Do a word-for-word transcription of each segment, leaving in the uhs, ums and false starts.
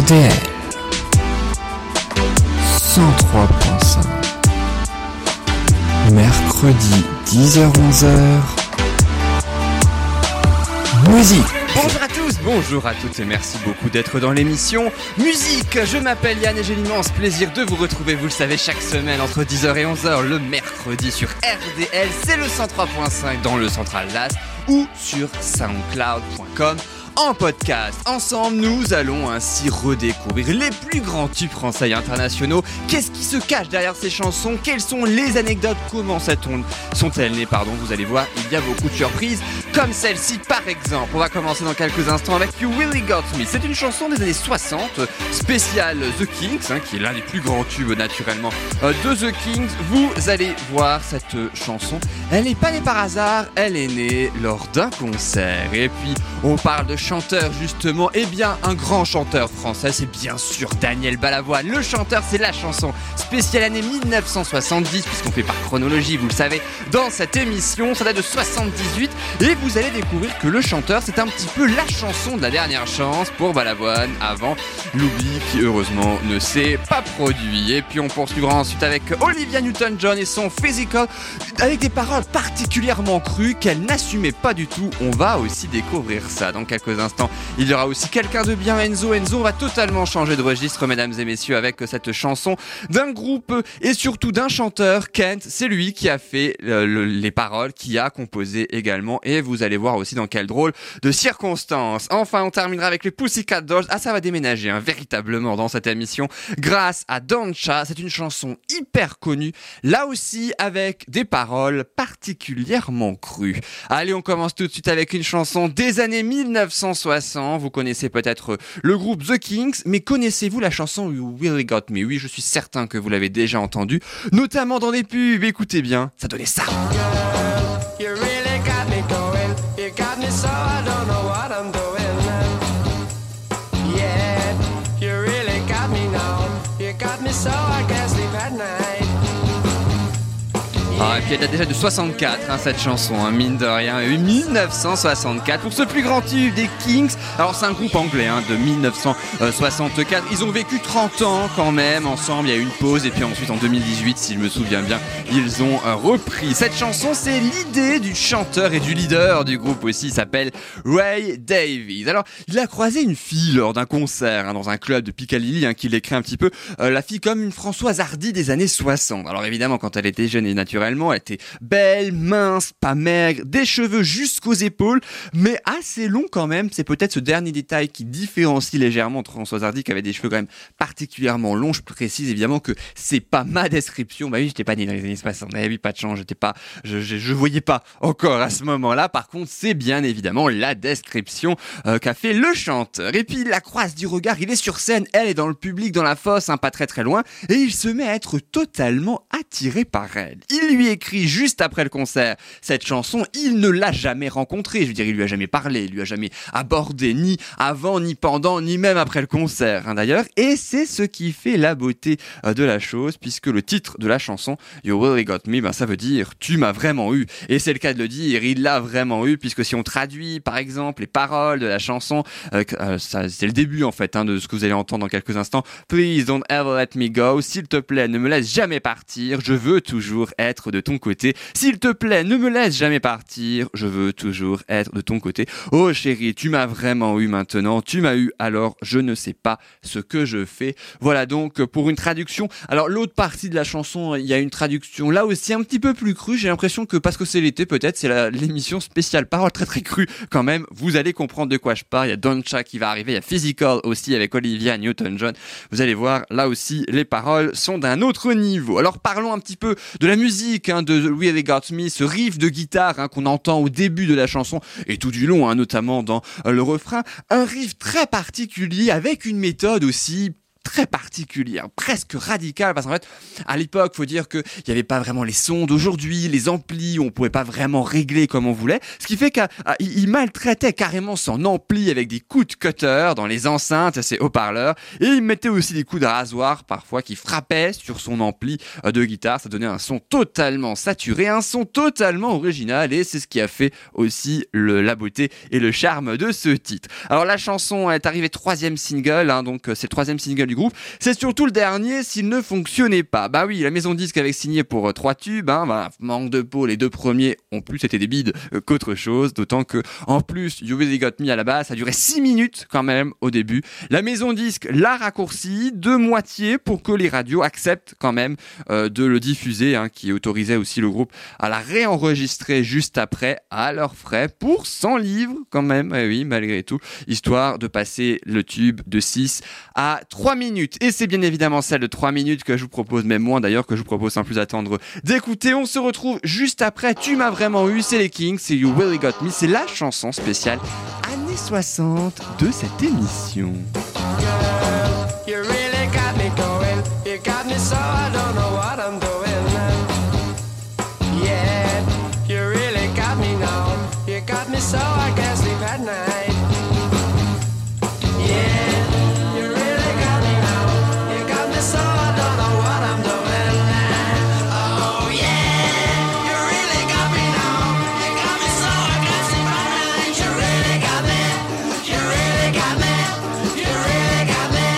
D L cent trois point cinq. Mercredi dix heures onze heures. Musique. Bonjour à tous, bonjour à toutes et merci beaucoup d'être dans l'émission Musique. Je m'appelle Yann et j'ai l'immense plaisir de vous retrouver, vous le savez, chaque semaine entre dix heures et onze heures le mercredi sur R D L, c'est le cent trois point cinq dans le Central Las ou sur soundcloud point com. En podcast, ensemble, nous allons ainsi redécouvrir les plus grands tubes français et internationaux. Qu'est-ce qui se cache derrière ces chansons? Quelles sont les anecdotes? Comment sont-elles nées? Pardon, vous allez voir, il y a beaucoup de surprises, comme celle-ci par exemple. On va commencer dans quelques instants avec You Really Got Me. C'est une chanson des années soixante, spéciale The Kinks, hein, qui est l'un des plus grands tubes naturellement euh, de The Kinks. Vous allez voir cette chanson, elle n'est pas née par hasard, elle est née lors d'un concert. Et puis, on parle de chanteur justement, et eh bien un grand chanteur français, c'est bien sûr Daniel Balavoine. Le chanteur, c'est la chanson spéciale année dix-neuf cent soixante-dix, puisqu'on fait par chronologie, vous le savez, dans cette émission, ça date de soixante-dix-huit, et vous allez découvrir que le chanteur, c'est un petit peu la chanson de la dernière chance pour Balavoine, avant l'oubli qui heureusement ne s'est pas produit. Et puis on poursuivra ensuite avec Olivia Newton-John et son Physical, avec des paroles particulièrement crues qu'elle n'assumait pas du tout. On va aussi découvrir ça dans quelques instants. Il y aura aussi quelqu'un de bien, Enzo. Enzo, on va totalement changer de registre, mesdames et messieurs, avec cette chanson d'un groupe et surtout d'un chanteur, Kent. C'est lui qui a fait euh, le, les paroles, qui a composé également, et vous allez voir aussi dans quel drôle de circonstances. Enfin, on terminera avec les Pussycat Dolls. Ah, ça va déménager, hein, véritablement, dans cette émission, grâce à Don Cha. C'est une chanson hyper connue, là aussi avec des paroles particulièrement crues. Allez, on commence tout de suite avec une chanson des années dix-neuf cent soixante. Vous connaissez peut-être le groupe The Kinks, mais connaissez-vous la chanson You Really Got Me? Oui, je suis certain que vous l'avez déjà entendue, notamment dans des pubs. Écoutez bien, ça donnait ça. Girl, you really got me going. You got me so I don't know what I'm doing. Yeah, you really got me now. You got me so I can't sleep at night. Ah, et puis elle date déjà de soixante-quatre, hein, cette chanson, hein, mine de rien, dix-neuf cent soixante-quatre, pour ce plus grand tube des Kinks. Alors c'est un groupe anglais, hein, de dix-neuf cent soixante-quatre, ils ont vécu trente ans quand même ensemble, il y a eu une pause, et puis ensuite en deux mille dix-huit, si je me souviens bien, ils ont euh, repris. Cette chanson, c'est l'idée du chanteur et du leader du groupe aussi, il s'appelle Ray Davies. Alors, il a croisé une fille lors d'un concert, hein, dans un club de Piccadilly, hein, qui l'écrit un petit peu, euh, la fille comme une Françoise Hardy des années soixante. Alors évidemment, quand elle était jeune et naturelle, elle était belle, mince, pas maigre, des cheveux jusqu'aux épaules, mais assez longs quand même. C'est peut-être ce dernier détail qui différencie légèrement entre Françoise Hardy, qui avait des cheveux quand même particulièrement longs. Je précise évidemment que c'est pas ma description. Bah oui, j'étais pas né dans les années soixante. Eh oui, pas de chance. J'étais pas, je, je, je voyais pas encore à ce moment-là. Par contre, c'est bien évidemment la description euh, qu'a fait le chanteur. Et puis, il la croise du regard. Il est sur scène. Elle est dans le public, dans la fosse, hein, pas très très loin. Et il se met à être totalement attiré par elle. Il lui écrit juste après le concert cette chanson. Il ne l'a jamais rencontrée, je veux dire, il lui a jamais parlé, il lui a jamais abordé, ni avant, ni pendant, ni même après le concert, hein, d'ailleurs. Et c'est ce qui fait la beauté euh, de la chose, puisque le titre de la chanson You Really Got Me, ben ça veut dire tu m'as vraiment eu. Et c'est le cas de le dire, il l'a vraiment eu, puisque si on traduit par exemple les paroles de la chanson, euh, euh, ça, c'est le début en fait, hein, de ce que vous allez entendre dans quelques instants. Please don't ever let me go, s'il te plaît, ne me laisse jamais partir, je veux toujours être de ton côté. S'il te plaît, ne me laisse jamais partir, je veux toujours être de ton côté. Oh chérie, tu m'as vraiment eu maintenant, tu m'as eu, alors je ne sais pas ce que je fais. Voilà donc pour une traduction. Alors l'autre partie de la chanson, il y a une traduction là aussi un petit peu plus crue. J'ai l'impression que parce que c'est l'été, peut-être c'est la, l'émission spéciale paroles très très crue quand même. Vous allez comprendre de quoi je parle. Il y a Don Cha qui va arriver, il y a Physical aussi avec Olivia Newton-John. Vous allez voir, là aussi les paroles sont d'un autre niveau. Alors parlons un petit peu de la musique, hein, de Really Got Me, ce riff de guitare, hein, qu'on entend au début de la chanson et tout du long, hein, notamment dans euh, le refrain. Un riff très particulier avec une méthode aussi très particulière, presque radicale, parce qu'en fait, à l'époque, faut dire qu'il n'y avait pas vraiment les sons d'aujourd'hui, les amplis, on pouvait pas vraiment régler comme on voulait, ce qui fait qu'il maltraitait carrément son ampli avec des coups de cutter dans les enceintes, ses haut-parleurs, et il mettait aussi des coups de rasoir parfois qui frappaient sur son ampli de guitare. Ça donnait un son totalement saturé, un son totalement original, et c'est ce qui a fait aussi le, la beauté et le charme de ce titre. Alors la chanson est arrivée troisième single, hein, donc c'est le troisième single du groupe. C'est surtout le dernier s'il ne fonctionnait pas. Bah oui, la maison de disque avait signé pour euh, trois tubes, hein, bah, manque de peau, les deux premiers ont plus été des bides euh, qu'autre chose, d'autant que en plus You Really Got Me à la base, ça durait six minutes quand même au début. La maison de disque l'a raccourci de moitié pour que les radios acceptent quand même euh, de le diffuser, hein, qui autorisait aussi le groupe à la réenregistrer juste après à leurs frais pour cent livres quand même, eh oui, malgré tout, histoire de passer le tube de six à trois minutes. Et c'est bien évidemment celle de trois minutes que je vous propose, même moins d'ailleurs, que je vous propose sans plus attendre d'écouter. On se retrouve juste après. Tu m'as vraiment eu, c'est les Kings, c'est You Really Got Me, c'est la chanson spéciale années soixante de cette émission. You really got me going. You got me so I don't know what I'm doing. Yeah, you really got me now. You got me so I can't sleep at night. Yeah, you really got me now. You got me so I don't know what I'm doing. Oh yeah, you really got me now. You got me so I can't sleep at night. You really got me. You really got me. You really got me.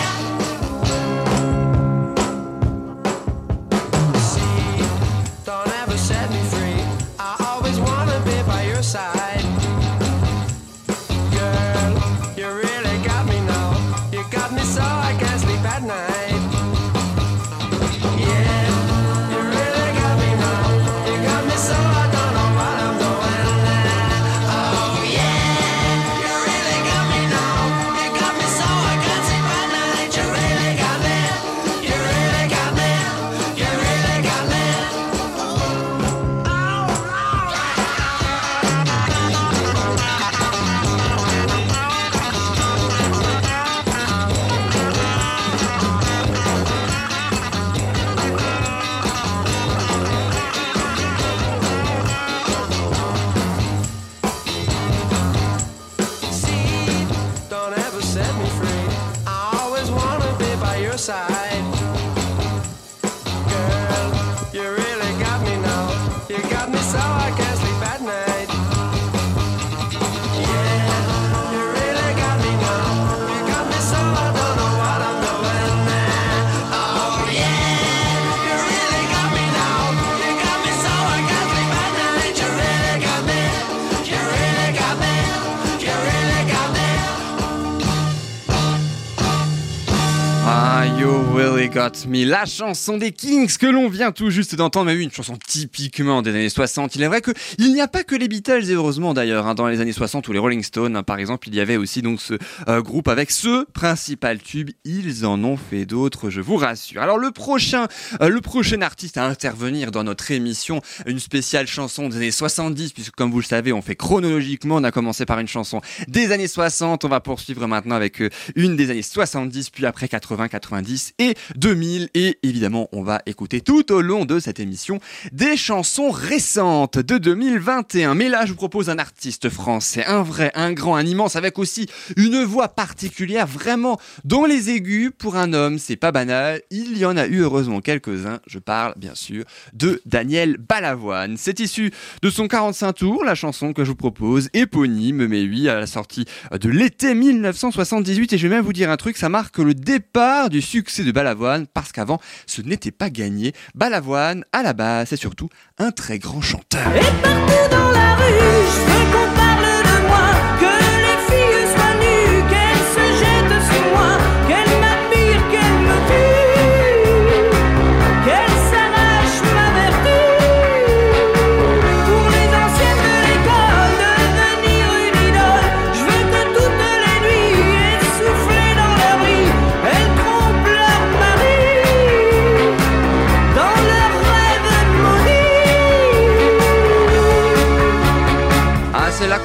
See, don't ever set me free. I always wanna be by your side. Girl, you really got me now. You got me so I can't sleep at night. Yeah, you really got me now. You got me so I don't know what I'm doing. Oh yeah, you really got me now. You got me so I can't sleep at night. You really got me. You really got me. You really got me. See, don't ever set me free. I always wanna be by your side. Girl, you really got me now. You got me so I can't sleep at night. Yeah, you really got me now. You got me so I don't know what I'm doing. Oh yeah, you really got me now. You got me so I can't sleep at night. You really got me. You really got me. You really got me. Ah, You Really Got Me, la chanson des Kings que l'on vient tout juste d'entendre, mais oui, une chanson typiquement des années soixante. Il est vrai qu'il n'y a pas que les Beatles, et heureusement d'ailleurs, hein, dans les années soixante ou les Rolling Stones, hein, par exemple, il y avait aussi donc ce euh, groupe avec ce principal tube. Ils en ont fait d'autres, je vous rassure. Alors le prochain, euh, le prochain artiste à intervenir dans notre émission, une spéciale chanson des années soixante-dix, puisque comme vous le savez, on fait chronologiquement. On a commencé par une chanson des années soixante, on va poursuivre maintenant avec euh, une des années soixante-dix, puis après quatre-vingts, quatre-vingt-dix et deux mille, et évidemment on va écouter tout au long de cette émission des chansons récentes de deux mille vingt et un. Mais là je vous propose un artiste français, un vrai, un grand, un immense, avec aussi une voix particulière, vraiment dont les aigus pour un homme c'est pas banal. Il y en a eu heureusement quelques-uns. Je parle bien sûr de Daniel Balavoine. C'est issu de son quarante-cinq tours, la chanson que je vous propose, éponyme, mais oui, à la sortie de l'été mille neuf cent soixante-dix-huit. Et je vais même vous dire un truc, ça marque le départ du succès de Balavoine, parce qu'avant ce n'était pas gagné. Balavoine à la base c'est surtout un très grand chanteur. Et partout dans la rue, je veux qu'on parle de moi, que les filles soient nues, qu'elles se jettent sur moi, qu'elles m'admirent, qu'elles me tuent, qu'elles s'arrachent ma vertu. Pour les anciennes de l'école, devenir une idole, je veux que toutes les nuits, essoufflées dans leur lit, elles trompent leur mari, dans leurs rêves maudits. Ah, c'est là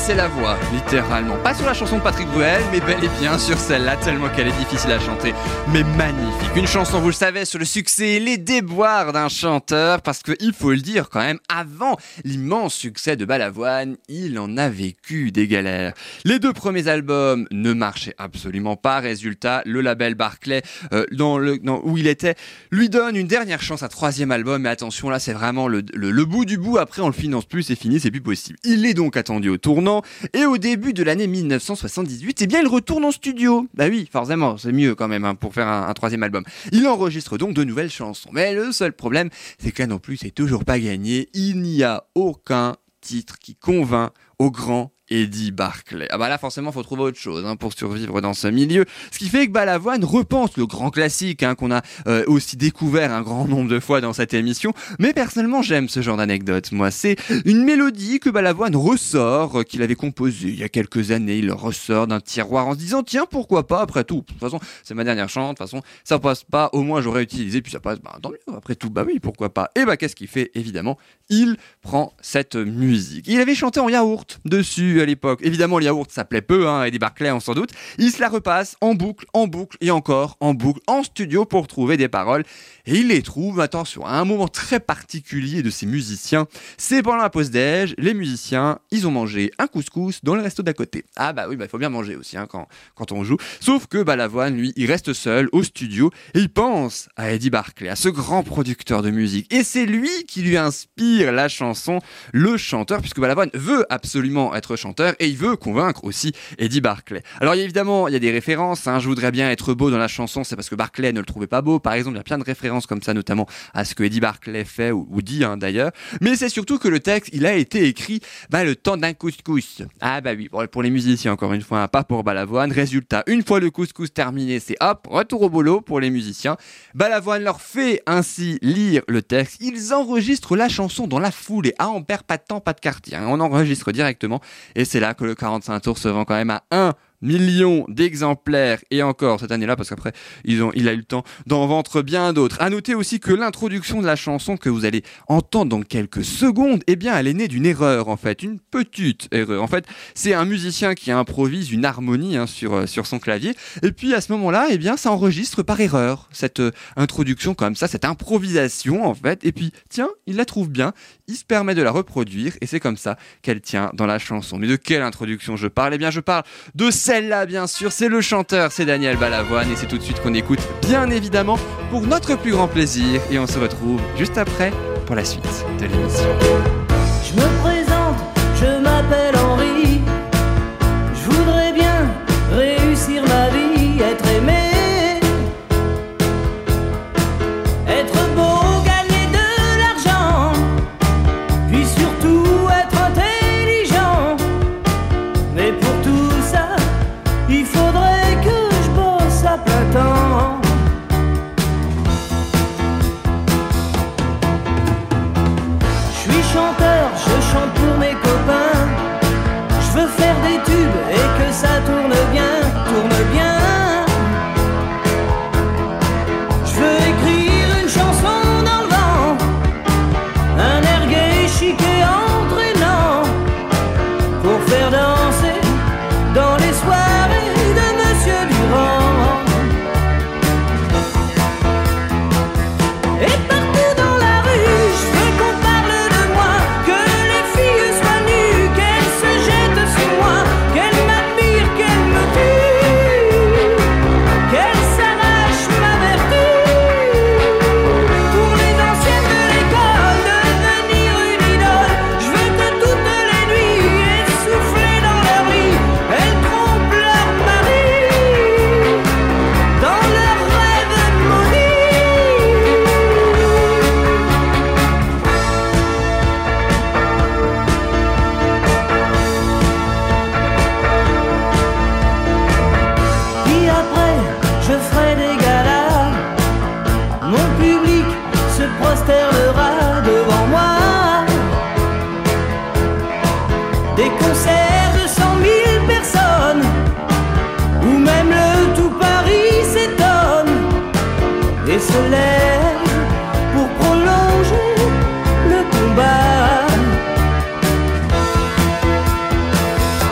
c'est la voix, littéralement. Pas sur la chanson de Patrick Bruel, mais bel et bien sur celle-là, tellement qu'elle est difficile à chanter, mais magnifique. Une chanson, vous le savez, sur le succès et les déboires d'un chanteur, parce qu'il faut le dire quand même, avant l'immense succès de Balavoine, il en a vécu des galères. Les deux premiers albums ne marchaient absolument pas, résultat, le label Barclay, euh, dans le, dans, où il était, lui donne une dernière chance, un troisième album, mais attention, là c'est vraiment le, le, le bout du bout, après on le finance plus, c'est fini, c'est plus possible. Il est donc attendu au tournant, et au début de l'année dix-neuf cent soixante-dix-huit, eh bien il retourne en studio. Bah oui, forcément, c'est mieux quand même hein, pour faire un, un troisième album. Il enregistre donc de nouvelles chansons, mais le seul problème, c'est que là non plus, c'est toujours pas gagné, il n'y a aucun titre qui convainc au grand Eddie Barclay. Ah bah là forcément faut trouver autre chose hein, pour survivre dans ce milieu. Ce qui fait que Balavoine repense le grand classique hein, qu'on a euh, aussi découvert un grand nombre de fois dans cette émission. Mais personnellement j'aime ce genre d'anecdote. Moi c'est une mélodie que Balavoine ressort, euh, qu'il avait composée il y a quelques années. Il le ressort d'un tiroir en se disant tiens pourquoi pas après tout. De toute façon c'est ma dernière chante. De toute façon ça passe pas. Au moins j'aurais utilisé puis ça passe. Bah tant mieux après tout. Bah oui pourquoi pas. Et bah qu'est-ce qu'il fait évidemment? Il prend cette musique. Il avait chanté en yaourt dessus à l'époque. Évidemment, le yaourt, ça plaît peu, hein, Eddie Barclay, on s'en doute. Il se la repasse en boucle, en boucle et encore en boucle, en studio pour trouver des paroles. Et il les trouve, attention, à un moment très particulier de ces musiciens. C'est pendant la pause déj, les musiciens, ils ont mangé un couscous dans le resto d'à côté. Ah bah oui, bah il faut bien manger aussi hein, quand, quand on joue. Sauf que Balavoine, lui, il reste seul au studio et il pense à Eddie Barclay, à ce grand producteur de musique. Et c'est lui qui lui inspire la chanson, le chanteur, puisque Balavoine veut absolument être chanteur et il veut convaincre aussi Eddie Barclay. Alors évidemment, il y a des références, hein, je voudrais bien être beau dans la chanson, c'est parce que Barclay ne le trouvait pas beau, par exemple, il y a plein de références comme ça, notamment à ce que Eddie Barclay fait ou, ou dit hein, d'ailleurs, mais c'est surtout que le texte, il a été écrit bah, le temps d'un couscous. Ah bah oui, pour, pour les musiciens encore une fois, hein, pas pour Balavoine. Résultat, une fois le couscous terminé, c'est hop, retour au boulot pour les musiciens. Balavoine leur fait ainsi lire le texte, ils enregistrent la chanson dans la foulée. Ah, on perd pas de temps, pas de quartier, hein, on enregistre directement et c'est là que le quarante-cinq tours se vend quand même à un millions d'exemplaires et encore cette année-là parce qu'après ils ont, il a eu le temps d'en vendre bien d'autres. À noter aussi que l'introduction de la chanson que vous allez entendre dans quelques secondes, eh bien elle est née d'une erreur en fait, une petite erreur. En fait, c'est un musicien qui improvise une harmonie hein, sur sur son clavier et puis à ce moment-là, eh bien ça enregistre par erreur cette euh, introduction comme ça, cette improvisation en fait. Et puis tiens, il la trouve bien, il se permet de la reproduire et c'est comme ça qu'elle tient dans la chanson. Mais de quelle introduction je parle? Eh bien je parle de celle-là bien sûr, c'est le chanteur, c'est Daniel Balavoine et c'est tout de suite qu'on écoute bien évidemment pour notre plus grand plaisir et on se retrouve juste après pour la suite de l'émission. Je me présente, je m'appelle Henri. Je voudrais bien réussir ma vie, être aimé, être beau, gagner de l'argent, puis surtout être intelligent. Mais pour tout ça, il faudrait que je bosse à plein temps. Je suis chanteur, je chante pour mes copains. Je veux faire des tubes et que ça tourne bien, tourne bien. Je veux écrire une chanson dans le vent, un air gai, chic et entraînant, pour faire danser dans les soirées de Monsieur Durand. Et partout dans la rue, je veux qu'on parle de moi, que les filles soient nues, qu'elles se jettent sur moi, qu'elles m'admirent, qu'elles me tuent, qu'elles s'arrachent ma vertu. Pour les anciennes de l'école, devenir une idole, je veux que toutes les nuits, essoufflées dans leur lit, elles trompent leur mari dans leurs rêves maudits. Puis après, je ferai des galas, mon public se prosternera devant moi. Des concerts de cent mille personnes, où même le tout Paris s'étonne et se lève pour prolonger le combat.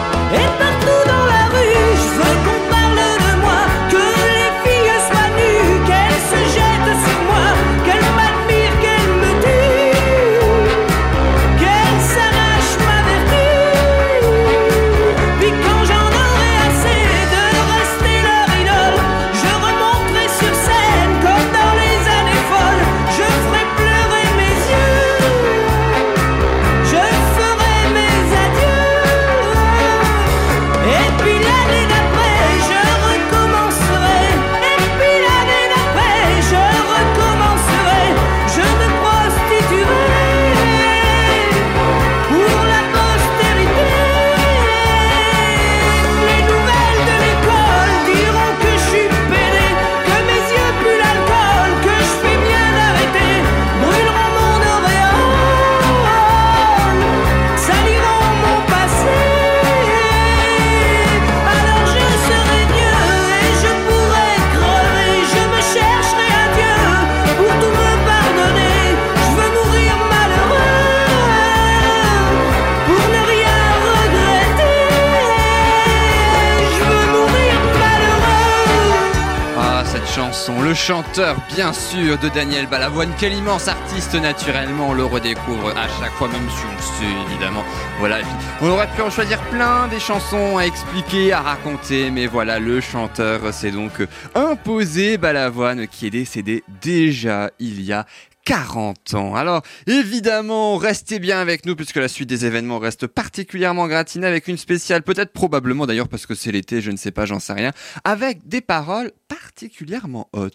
chanson, le chanteur bien sûr de Daniel Balavoine, quel immense artiste naturellement, on le redécouvre à chaque fois, même si on le sait évidemment. Voilà, on aurait pu en choisir plein des chansons à expliquer, à raconter, mais voilà, le chanteur s'est donc imposé, Balavoine, qui est décédé déjà il y a quarante ans. Alors, évidemment, restez bien avec nous puisque la suite des événements reste particulièrement gratinée avec une spéciale, peut-être probablement d'ailleurs parce que c'est l'été, je ne sais pas, j'en sais rien, avec des paroles particulièrement hautes.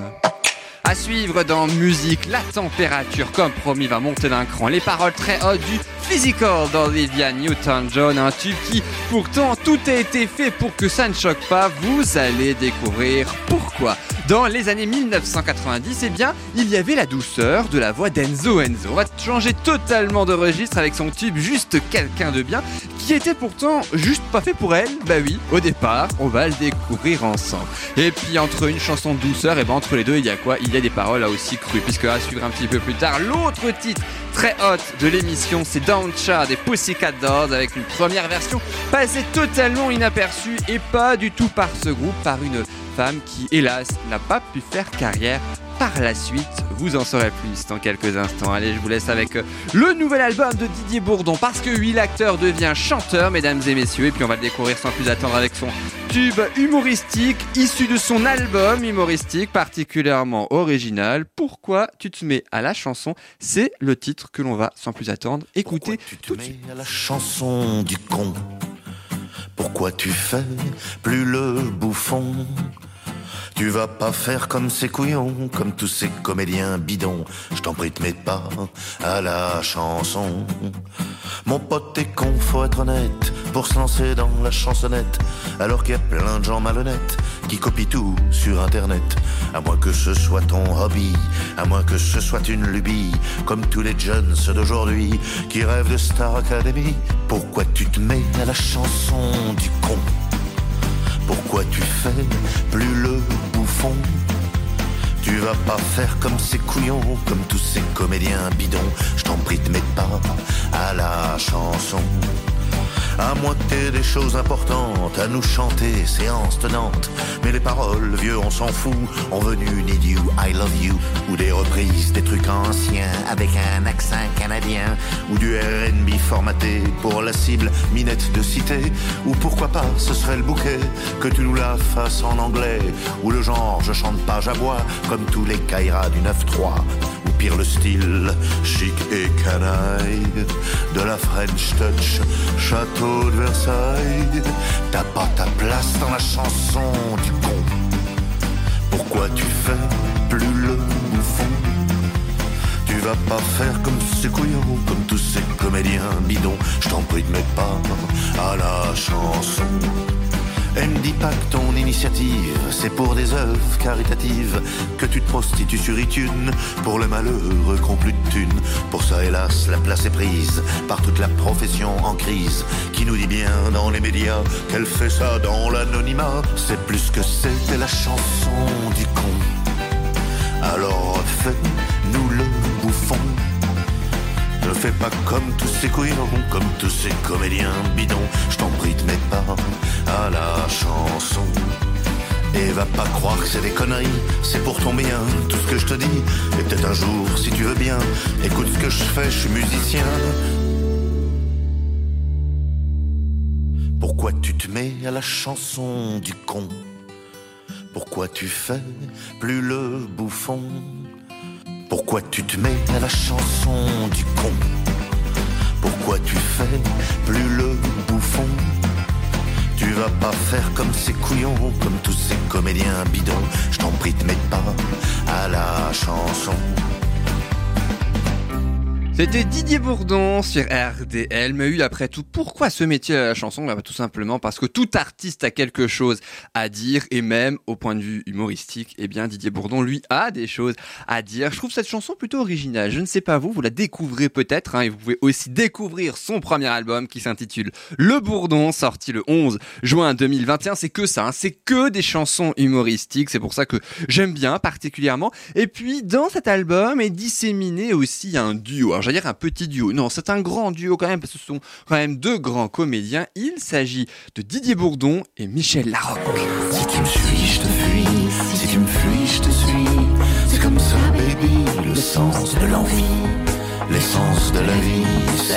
À suivre dans musique, la température, comme promis, va monter d'un cran. Les paroles très hautes du Physical d'Olivia Newton-John, un tube qui, pourtant, tout a été fait pour que ça ne choque pas. Vous allez découvrir pourquoi. Dans les années dix-neuf cent quatre-vingt-dix, eh bien, il y avait la douceur de la voix d'Enzo Enzo. On va changer totalement de registre avec son tube Juste quelqu'un de bien, qui était pourtant juste pas fait pour elle. Bah oui, au départ, on va le découvrir ensemble. Et puis, entre une chanson de douceur, et ben entre les deux, il y a quoi ? Il y a des paroles là aussi crues, puisque à suivre un petit peu plus tard, l'autre titre très hot de l'émission, c'est Don't Cha des Pussycat Dolls, avec une première version passée totalement inaperçue et pas du tout par ce groupe, par une femme qui, hélas, n'a pas pu faire carrière par la suite. Vous en saurez plus dans quelques instants. Allez, je vous laisse avec le nouvel album de Didier Bourdon, parce que oui, l'acteur devient chanteur, mesdames et messieurs, et puis on va le découvrir sans plus attendre avec son tube humoristique issu de son album humoristique particulièrement original. Pourquoi tu te mets à la chanson ? C'est le titre que l'on va sans plus attendre écouter. Pourquoi tu te mets à la chanson du con ? Pourquoi tu fais plus le bouffon ? Tu vas pas faire comme ces couillons, comme tous ces comédiens bidons. Je t'en prie, te mets pas à la chanson. Mon pote, t'es con, faut être honnête, pour se lancer dans la chansonnette, alors qu'il y a plein de gens malhonnêtes qui copient tout sur internet. À moins que ce soit ton hobby, à moins que ce soit une lubie, comme tous les jeunes ceux d'aujourd'hui qui rêvent de Star Academy. Pourquoi tu te mets à la chanson du con ? Pourquoi tu fais plus le bouffon ? Tu vas pas faire comme ces couillons, comme tous ces comédiens bidons. Je t'en prie, te mets pas à la chanson. À moins que t'aies des choses importantes à nous chanter, séance tenante. Mais les paroles, vieux, on s'en fout. On veut du Need You, I Love You, ou des reprises, des trucs anciens avec un accent canadien, ou du R and B formaté pour la cible minette de cité. Ou pourquoi pas, ce serait le bouquet, que tu nous la fasses en anglais, ou le genre je chante pas, j'aboie, comme tous les Kairas du neuf trois. Ou pire le style, chic et canaille, de la French Touch, château de Versailles. T'as pas ta place dans la chanson du con. Pourquoi tu fais plus le bouffon ? Tu vas pas faire comme ces couillons, comme tous ces comédiens bidons. Je t'en prie, te mets pas à la chanson. Et me dis pas que ton initiative, c'est pour des œuvres caritatives, que tu te prostitues sur iTunes pour les malheureux qui ont plus de thunes. Pour ça, hélas, la place est prise par toute la profession en crise, qui nous dit bien dans les médias qu'elle fait ça dans l'anonymat. C'est plus que c'était la chanson du con. Alors fais-nous le bouffon. Ne fais pas comme tous ces couillons, comme tous ces comédiens bidons. Je t'en prie, te mets pas à la chanson. Et va pas croire que c'est des conneries, c'est pour ton bien, tout ce que je te dis. Et peut-être un jour, si tu veux bien, écoute ce que je fais, je suis musicien. Pourquoi tu te mets à la chanson du con ? Pourquoi tu fais plus le bouffon ? Pourquoi tu te mets à la chanson du con ? Pourquoi tu fais plus le bouffon ? Tu vas pas faire comme ces couillons, comme tous ces comédiens bidons. Je t'en prie, te mets pas à la chanson. C'était Didier Bourdon sur R D L. Mais oui, après tout, pourquoi ce métier à la chanson ? Bah, tout simplement parce que tout artiste a quelque chose à dire, et même au point de vue humoristique, eh bien Didier Bourdon, lui, a des choses à dire. Je trouve cette chanson plutôt originale. Je ne sais pas vous, vous la découvrez peut-être, hein, et vous pouvez aussi découvrir son premier album qui s'intitule Le Bourdon, sorti le onze juin deux mille vingt et un. C'est que ça, hein, c'est que des chansons humoristiques. C'est pour ça que j'aime bien particulièrement. Et puis, dans cet album est disséminé aussi un duo. Alors, j'allais dire un petit duo. Non, c'est un grand duo quand même, parce que ce sont quand même deux grands comédiens. Il s'agit de Didier Bourdon et Michel Larocque. Si tu me suis, je te fuis. Si tu me fuis,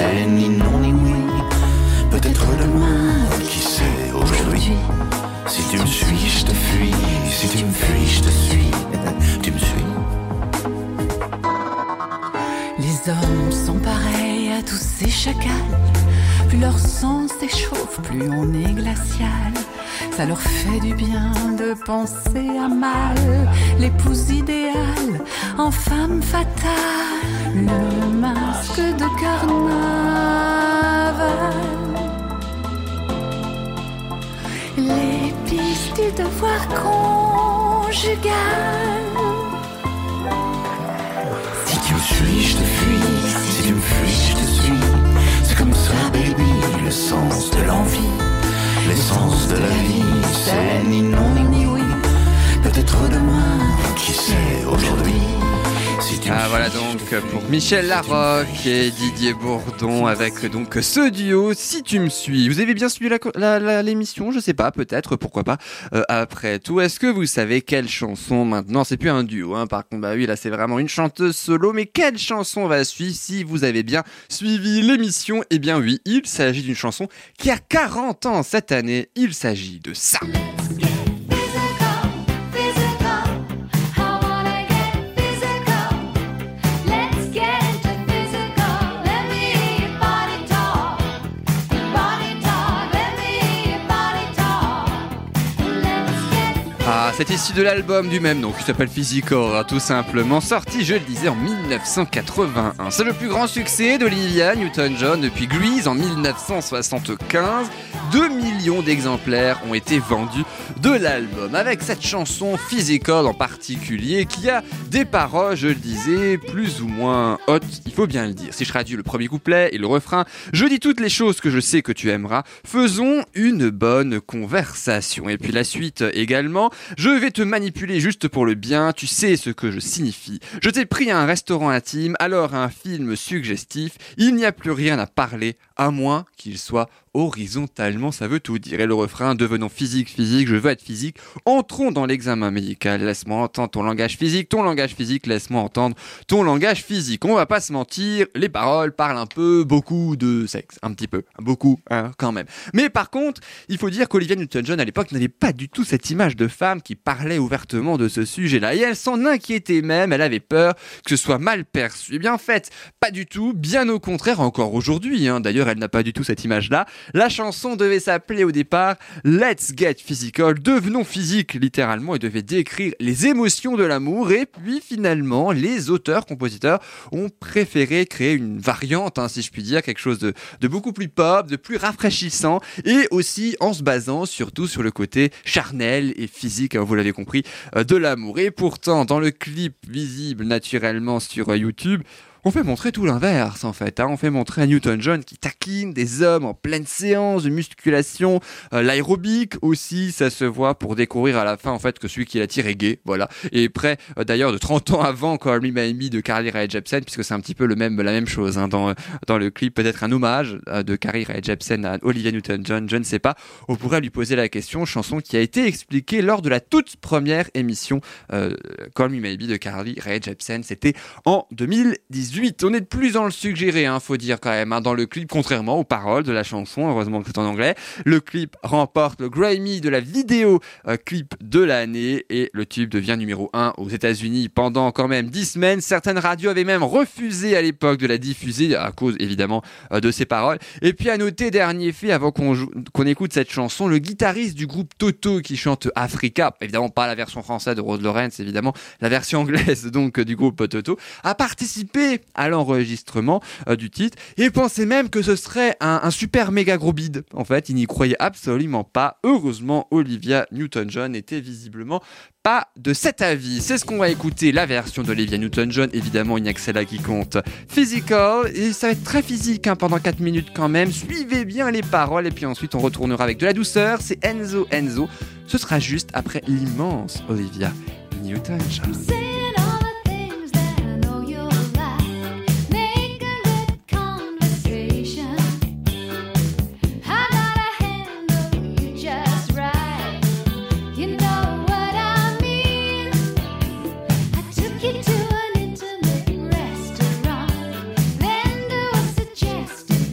c'est ni non ni oui. Peut-être demain, qui sait aujourd'hui. Si tu me suis, je te fuis. Si tu me fuis, je te suis. Tu me suis. Les hommes sont pareils à tous ces chacals. Plus leur sang s'échauffe, plus on est glacial. Ça leur fait du bien de penser à mal. L'épouse idéale en femme fatale. Le masque de carnaval. Les pistes du devoir conjugal. Si tu me suis, je te fuis. Si tu me fuis, je te suis. C'est comme ça, baby, le sens de l'envie. L'essence de la vie, c'est ni non ni oui. Peut-être demain, qui sait aujourd'hui. Si tu me Ah suis, voilà je te donc fuis. pour Michel Larocque et Didier Bourdon avec donc ce duo Si tu me suis. Vous avez bien suivi la, la- la- l'émission, je sais pas, peut-être, pourquoi pas. Euh, après tout, est-ce que vous savez quelle chanson maintenant, c'est plus un duo, hein, par contre, bah oui, là c'est vraiment une chanteuse solo, mais quelle chanson va suivre si vous avez bien suivi l'émission? Eh bien oui, il s'agit d'une chanson qui a quarante ans cette année, il s'agit de ça. Ah, c'est issu de l'album du même nom qui s'appelle Physical, hein, tout simplement, sorti, je le disais, en dix-neuf cent quatre-vingt-un. C'est le plus grand succès d'Olivia Newton-John depuis Grease en dix-neuf cent soixante-quinze. deux millions d'exemplaires ont été vendus de l'album, avec cette chanson Physical en particulier, qui a des paroles, je le disais, plus ou moins hautes, il faut bien le dire. Si je traduis le premier couplet et le refrain, je dis toutes les choses que je sais que tu aimeras, faisons une bonne conversation. Et puis la suite également, je vais te manipuler juste pour le bien, tu sais ce que je signifie. Je t'ai pris à un restaurant intime, alors à un film suggestif, il n'y a plus rien à parler, à moins qu'il soit horizontalement, ça veut tout dire. Et le refrain, devenons physique, physique, je veux être physique, entrons dans l'examen médical, laisse-moi entendre ton langage physique, ton langage physique, laisse-moi entendre ton langage physique. On va pas se mentir, les paroles parlent un peu, beaucoup de sexe, un petit peu, beaucoup, hein, quand même. Mais par contre, il faut dire qu'Olivia Newton-John à l'époque n'avait pas du tout cette image de femme qui parlait ouvertement de ce sujet-là, et elle s'en inquiétait même, elle avait peur que ce soit mal perçu. Et bien en fait, pas du tout, bien au contraire, encore aujourd'hui, hein. D'ailleurs elle n'a pas du tout cette image-là. La chanson devait s'appeler au départ Let's Get Physical, devenons physique littéralement, et devait décrire les émotions de l'amour. Et puis finalement, les auteurs-compositeurs ont préféré créer une variante, hein, si je puis dire, quelque chose de, de beaucoup plus pop, de plus rafraîchissant, et aussi en se basant surtout sur le côté charnel et physique, hein, vous l'avez compris, euh, de l'amour. Et pourtant, dans le clip visible naturellement sur euh, YouTube, on fait montrer tout l'inverse en fait, hein. On fait montrer à Newton-John qui taquine des hommes en pleine séance de musculation, euh, l'aérobic aussi, ça se voit, pour découvrir à la fin en fait que celui qui l'attire est gay, voilà. Et près euh, d'ailleurs de trente ans avant Call Me By Me de Carly Rae Jepsen, puisque c'est un petit peu le même, la même chose, hein, dans, dans le clip, peut-être un hommage euh, de Carly Rae Jepsen à Olivia Newton-John, je ne sais pas. On pourrait lui poser la question, chanson qui a été expliquée lors de la toute première émission euh, Call Me Maybe de Carly Rae Jepsen, c'était en deux mille dix-huit. On est de plus dans le suggéré, hein, faut dire quand même, hein, dans le clip, contrairement aux paroles de la chanson, heureusement que c'est en anglais. Le clip remporte le Grammy de la vidéo euh, clip de l'année, et le tube devient numéro un aux États-Unis pendant quand même dix semaines. Certaines radios avaient même refusé à l'époque de la diffuser à cause évidemment euh, de ses paroles. Et puis à noter, dernier fait avant qu'on, joue, qu'on écoute cette chanson, le guitariste du groupe Toto qui chante Africa, évidemment pas la version française de Rose Lawrence, évidemment la version anglaise donc du groupe Toto, a participé à l'enregistrement euh, du titre, et pensait même que ce serait un, un super méga gros bide. En fait, il n'y croyait absolument pas. Heureusement, Olivia Newton-John était visiblement pas de cet avis. C'est ce qu'on va écouter, la version d'Olivia Newton-John. Évidemment, il n'y a que celle-là qui compte. Physical, et ça va être très physique hein, pendant quatre minutes quand même. Suivez bien les paroles, et puis ensuite on retournera avec de la douceur. C'est Enzo Enzo. Ce sera juste après l'immense Olivia Newton-John. Saying all the things that I know you'll like. Make a good conversation. I gotta handle you just right. You know what I mean. I took you to an intimate restaurant. Then to a suggestive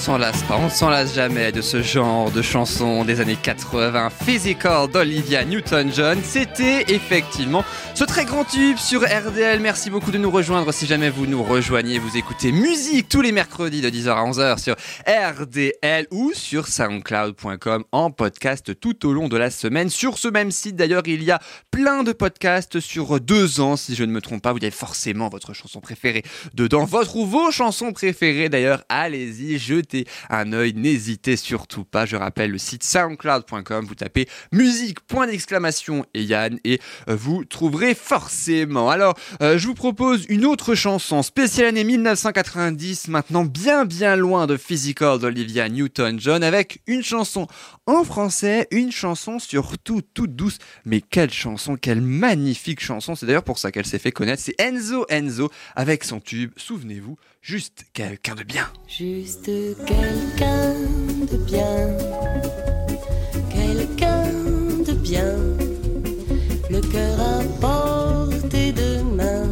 s'en lasse pas, on ne s'en lasse jamais de ce genre de chansons des années quatre-vingts. Physical d'Olivia Newton-John, c'était effectivement ce très grand tube sur R D L. Merci beaucoup de nous rejoindre. Si jamais vous nous rejoignez, vous écoutez musique tous les mercredis de dix heures à onze heures sur R D L ou sur soundcloud point com en podcast tout au long de la semaine. Sur ce même site d'ailleurs, il y a plein de podcasts sur deux ans, si je ne me trompe pas. Vous avez forcément votre chanson préférée dedans, votre ou vos chansons préférées d'ailleurs. Allez-y, jetez un œil, n'hésitez surtout pas. Je rappelle le site soundcloud point com, vous tapez musique, point d'exclamation et Yann et euh, vous trouverez forcément. Alors, euh, je vous propose une autre chanson spéciale année dix-neuf cent quatre-vingt-dix, maintenant bien bien loin de Physical d'Olivia Newton-John, avec une chanson en français, une chanson surtout toute douce. Mais quelle chanson, quelle magnifique chanson. C'est d'ailleurs pour ça qu'elle s'est fait connaître. C'est Enzo Enzo avec son tube, souvenez-vous, juste quelqu'un de bien. Juste quelqu'un de bien, quelqu'un de bien, le cœur à portée de main.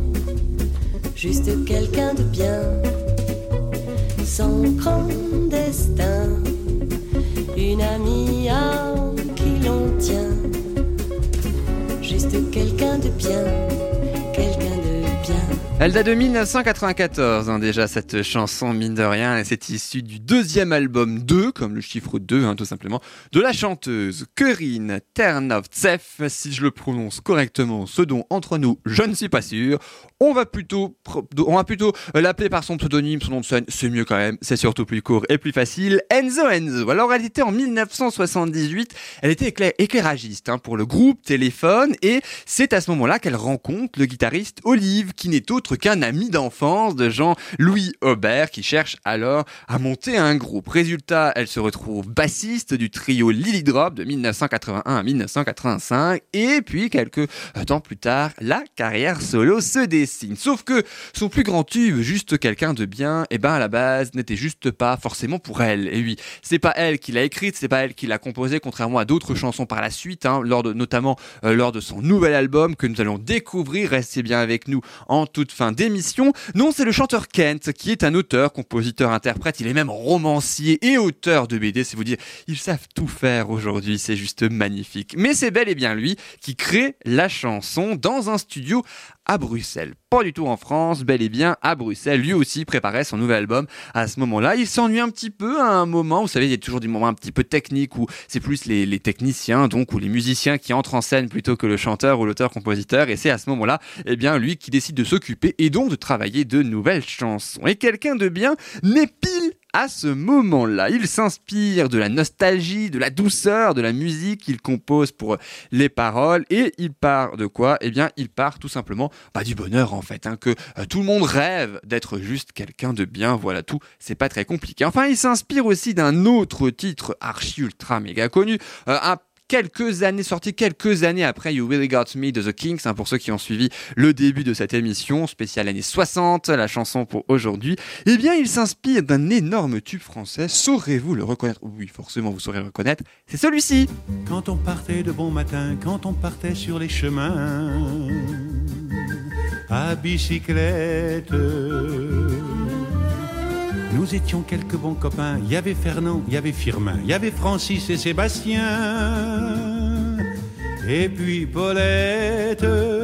Juste quelqu'un de bien, sans grand destin, une amie à qui l'on tient. Juste quelqu'un de bien, quelqu'un de bien. Elle date de dix-neuf cent quatre-vingt-quatorze, hein, déjà cette chanson, mine de rien, et c'est issu du deuxième album deux, comme le chiffre deux, hein, tout simplement, de la chanteuse Corinne Ternovtsev, si je le prononce correctement, ce dont entre nous, je ne suis pas sûr. On va plutôt, on va plutôt l'appeler par son pseudonyme, son nom de scène, c'est mieux quand même, c'est surtout plus court et plus facile. Enzo Enzo. Alors elle était en dix-neuf cent soixante-dix-huit, elle était éclair- éclairagiste hein, pour le groupe Téléphone, et c'est à ce moment-là qu'elle rencontre le guitariste Olive, qui n'est autre qu'un ami d'enfance de Jean-Louis Aubert, qui cherche alors à monter un groupe. Résultat, elle se retrouve bassiste du trio Lily Drop de dix-neuf cent quatre-vingt-un à dix-neuf cent quatre-vingt-cinq, et puis quelques temps plus tard, la carrière solo se dessine. Sauf que son plus grand tube, juste quelqu'un de bien, et eh ben à la base n'était juste pas forcément pour elle. Et oui, c'est pas elle qui l'a écrite, c'est pas elle qui l'a composée, contrairement à d'autres chansons par la suite, hein, lors de, notamment euh, lors de son nouvel album que nous allons découvrir. Restez bien avec nous en toute fin d'émission. Non, c'est le chanteur Kent, qui est un auteur, compositeur, interprète, il est même romancier et auteur de B D, c'est vous dire, ils savent tout faire aujourd'hui, c'est juste magnifique. Mais c'est bel et bien lui qui crée la chanson dans un studio à Bruxelles. Pas du tout en France, bel et bien à Bruxelles. Lui aussi préparait son nouvel album à ce moment-là. Il s'ennuie un petit peu à un moment. Vous savez, il y a toujours des moments un petit peu techniques où c'est plus les, les techniciens, donc, ou les musiciens qui entrent en scène plutôt que le chanteur ou l'auteur-compositeur. Et c'est à ce moment-là, eh bien, lui qui décide de s'occuper et donc de travailler de nouvelles chansons. Et quelqu'un de bien n'est pile à ce moment-là. Il s'inspire de la nostalgie, de la douceur, de la musique qu'il compose pour les paroles, et il part de quoi ? Eh bien, il part tout simplement bah, du bonheur en fait, hein, que euh, tout le monde rêve d'être juste quelqu'un de bien, voilà tout, c'est pas très compliqué. Enfin, il s'inspire aussi d'un autre titre archi ultra méga connu, euh, un quelques années, sorti quelques années après You Really Got Me de The Kinks, hein, pour ceux qui ont suivi le début de cette émission, spéciale années soixante, la chanson pour aujourd'hui. Eh bien, il s'inspire d'un énorme tube français, saurez-vous le reconnaître ? Oui, forcément, vous saurez le reconnaître, c'est celui-ci. Quand on partait de bon matin, quand on partait sur les chemins, à bicyclette, nous étions quelques bons copains. Il y avait Fernand, il y avait Firmin, il y avait Francis et Sébastien, et puis Paulette.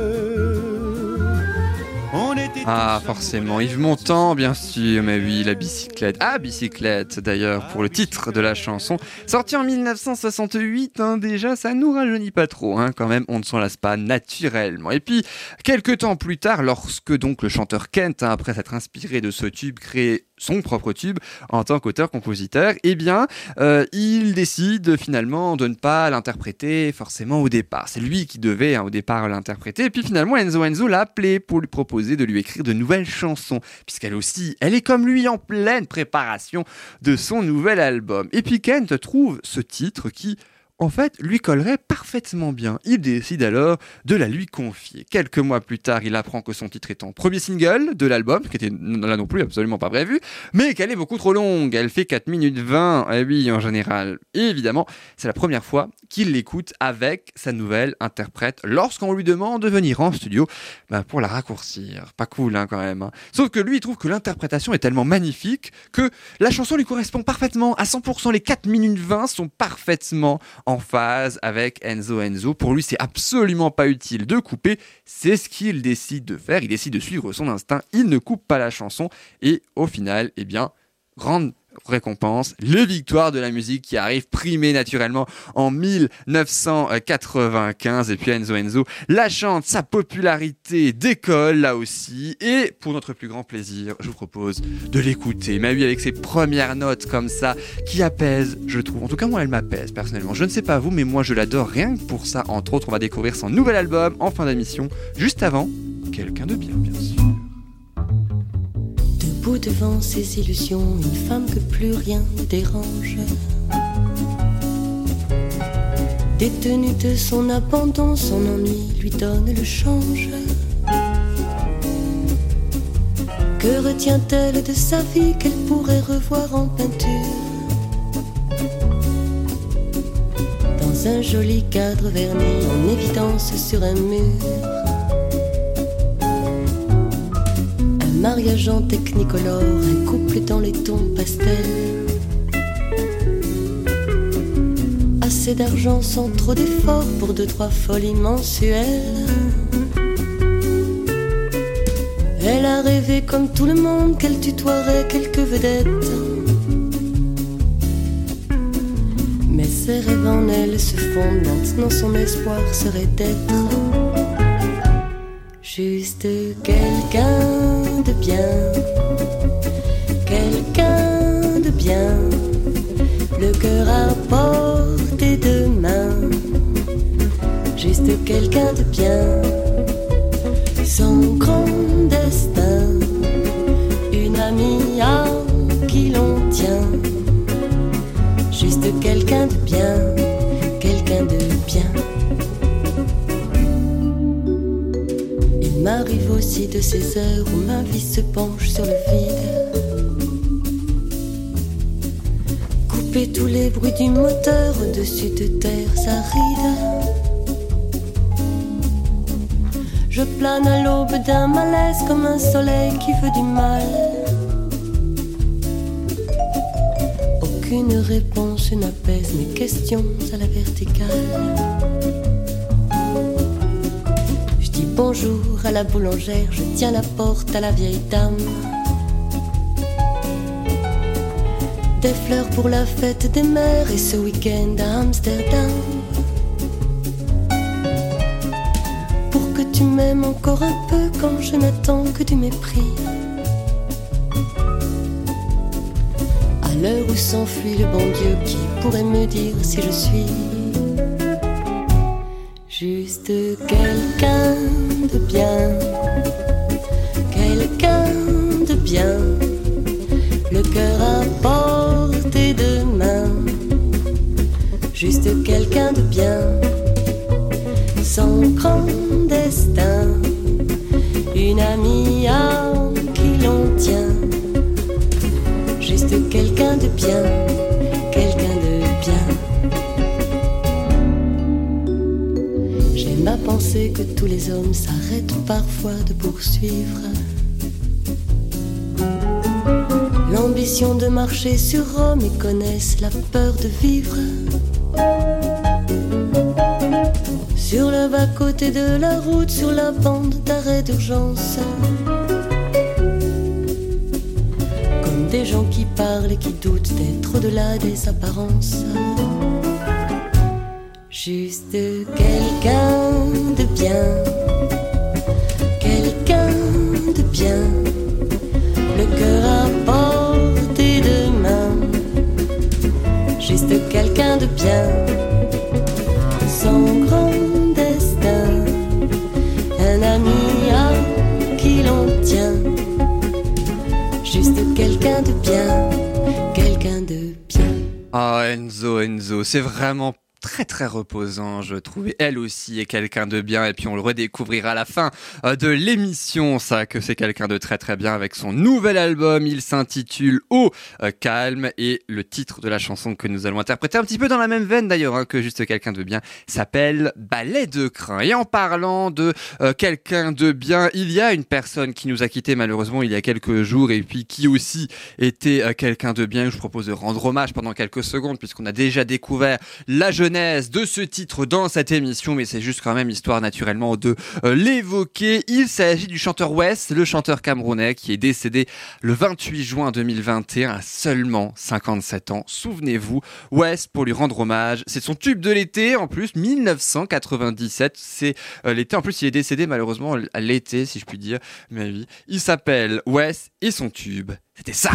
On était Ah, forcément, Yves Montand, bien sûr, mais oui, la bicyclette. Ah, bicyclette, d'ailleurs, pour le titre de la chanson. Sorti en dix-neuf cent soixante-huit, hein, déjà, ça nous rajeunit pas trop, hein, quand même, on ne s'en lasse pas naturellement. Et puis, quelques temps plus tard, lorsque donc le chanteur Kent, hein, après s'être inspiré de ce tube, crée son propre tube en tant qu'auteur-compositeur, eh bien, euh, il décide finalement de ne pas l'interpréter forcément au départ. C'est lui qui devait, hein, au départ, l'interpréter. Et puis finalement, Enzo Enzo l'a appelé pour lui proposer de lui écrire de nouvelles chansons, puisqu'elle aussi, elle est comme lui en pleine préparation de son nouvel album. Et puis Kent trouve ce titre qui, en fait, lui collerait parfaitement bien. Il décide alors de la lui confier. Quelques mois plus tard, il apprend que son titre est en premier single de l'album, qui était là non plus absolument pas prévu, mais qu'elle est beaucoup trop longue. Elle fait quatre minutes vingt, et oui, en général. Et évidemment, c'est la première fois qu'il l'écoute avec sa nouvelle interprète lorsqu'on lui demande de venir en studio bah, pour la raccourcir. Pas cool, hein, quand même. Hein. Sauf que lui, il trouve que l'interprétation est tellement magnifique que la chanson lui correspond parfaitement à cent pour cent. Les quatre minutes vingt sont parfaitement en phase avec Enzo Enzo. Pour lui, c'est absolument pas utile de couper. C'est ce qu'il décide de faire. Il décide de suivre son instinct. Il ne coupe pas la chanson. Et au final, eh bien, grande récompense, les victoires de la musique qui arrivent primées naturellement en dix-neuf cent quatre-vingt-quinze. Et puis Enzo Enzo la chante, sa popularité décolle là aussi. Et pour notre plus grand plaisir, je vous propose de l'écouter. Mais oui, avec ses premières notes comme ça, qui apaisent, je trouve. En tout cas, moi, elle m'apaise personnellement. Je ne sais pas vous, mais moi, je l'adore rien que pour ça. Entre autres, on va découvrir son nouvel album en fin d'émission. Juste avant, quelqu'un de bien, bien sûr. Debout devant ses illusions, une femme que plus rien ne dérange. Détenue de son abandon, son ennui lui donne le change. Que retient-elle de sa vie qu'elle pourrait revoir en peinture? Dans un joli cadre verni en évidence sur un mur. Mariage en technicolore, un couple dans les tons pastels. Assez d'argent sans trop d'efforts pour deux, trois folies mensuelles. Elle a rêvé comme tout le monde qu'elle tutoierait quelques vedettes. Mais ses rêves en elle se fondent, maintenant son espoir serait d'être juste quelqu'un de bien, quelqu'un de bien, le cœur à portée de main, juste quelqu'un de bien, sans grand destin, une amie à qui l'on tient, juste quelqu'un de bien, quelqu'un de bien. Il m'arrive aussi de ces heures où ma vie se penche sur le vide. Couper tous les bruits du moteur au-dessus de terres arides. Je plane à l'aube d'un malaise comme un soleil qui veut du mal. Aucune réponse n'apaise mes questions à la verticale. Bonjour à la boulangère, je tiens la porte à la vieille dame. Des fleurs pour la fête des mères et ce week-end à Amsterdam. Pour que tu m'aimes encore un peu quand je n'attends que du mépris. À l'heure où s'enfuit le bon Dieu, qui pourrait me dire si je suis juste quelqu'un de bien, quelqu'un de bien, le cœur à portée de main, juste quelqu'un de bien, sans grand destin, une amie à qui l'on tient, juste quelqu'un de bien, quelqu'un de bien. J'aime à penser que tous les hommes s'arrêtent parfois de poursuivre l'ambition de marcher sur Rome et connaissent la peur de vivre sur le bas-côté de la route, sur la bande d'arrêt d'urgence, comme des gens qui parlent et qui doutent d'être au-delà des apparences. Juste quelqu'un de bien, quelqu'un de bien, le cœur à portée de main, juste quelqu'un de bien, sans grand destin, un ami à qui l'on tient, juste quelqu'un de bien, quelqu'un de bien. Ah, Enzo, Enzo, c'est vraiment très très reposant, je trouve. Elle aussi est quelqu'un de bien, et puis on le redécouvrira à la fin euh, de l'émission, ça, que c'est quelqu'un de très très bien avec son nouvel album. Il s'intitule Au euh, calme, et le titre de la chanson que nous allons interpréter, un petit peu dans la même veine d'ailleurs hein, que juste quelqu'un de bien, s'appelle Ballet de crin. Et en parlant de euh, quelqu'un de bien, il y a une personne qui nous a quittés malheureusement il y a quelques jours, et puis qui aussi était euh, quelqu'un de bien. Je propose de rendre hommage pendant quelques secondes, puisqu'on a déjà découvert la genèse de ce titre dans cette émission, mais c'est juste quand même histoire naturellement de euh, l'évoquer. Il s'agit du chanteur Wes, le chanteur camerounais qui est décédé le vingt-huit juin deux mille vingt et un à seulement cinquante-sept ans. Souvenez-vous, Wes, pour lui rendre hommage, c'est son tube de l'été en plus, dix-neuf cent quatre-vingt-dix-sept, c'est euh, l'été. En plus, il est décédé malheureusement à l'été, si je puis dire, mais oui. Il s'appelle Wes et son tube, c'était ça.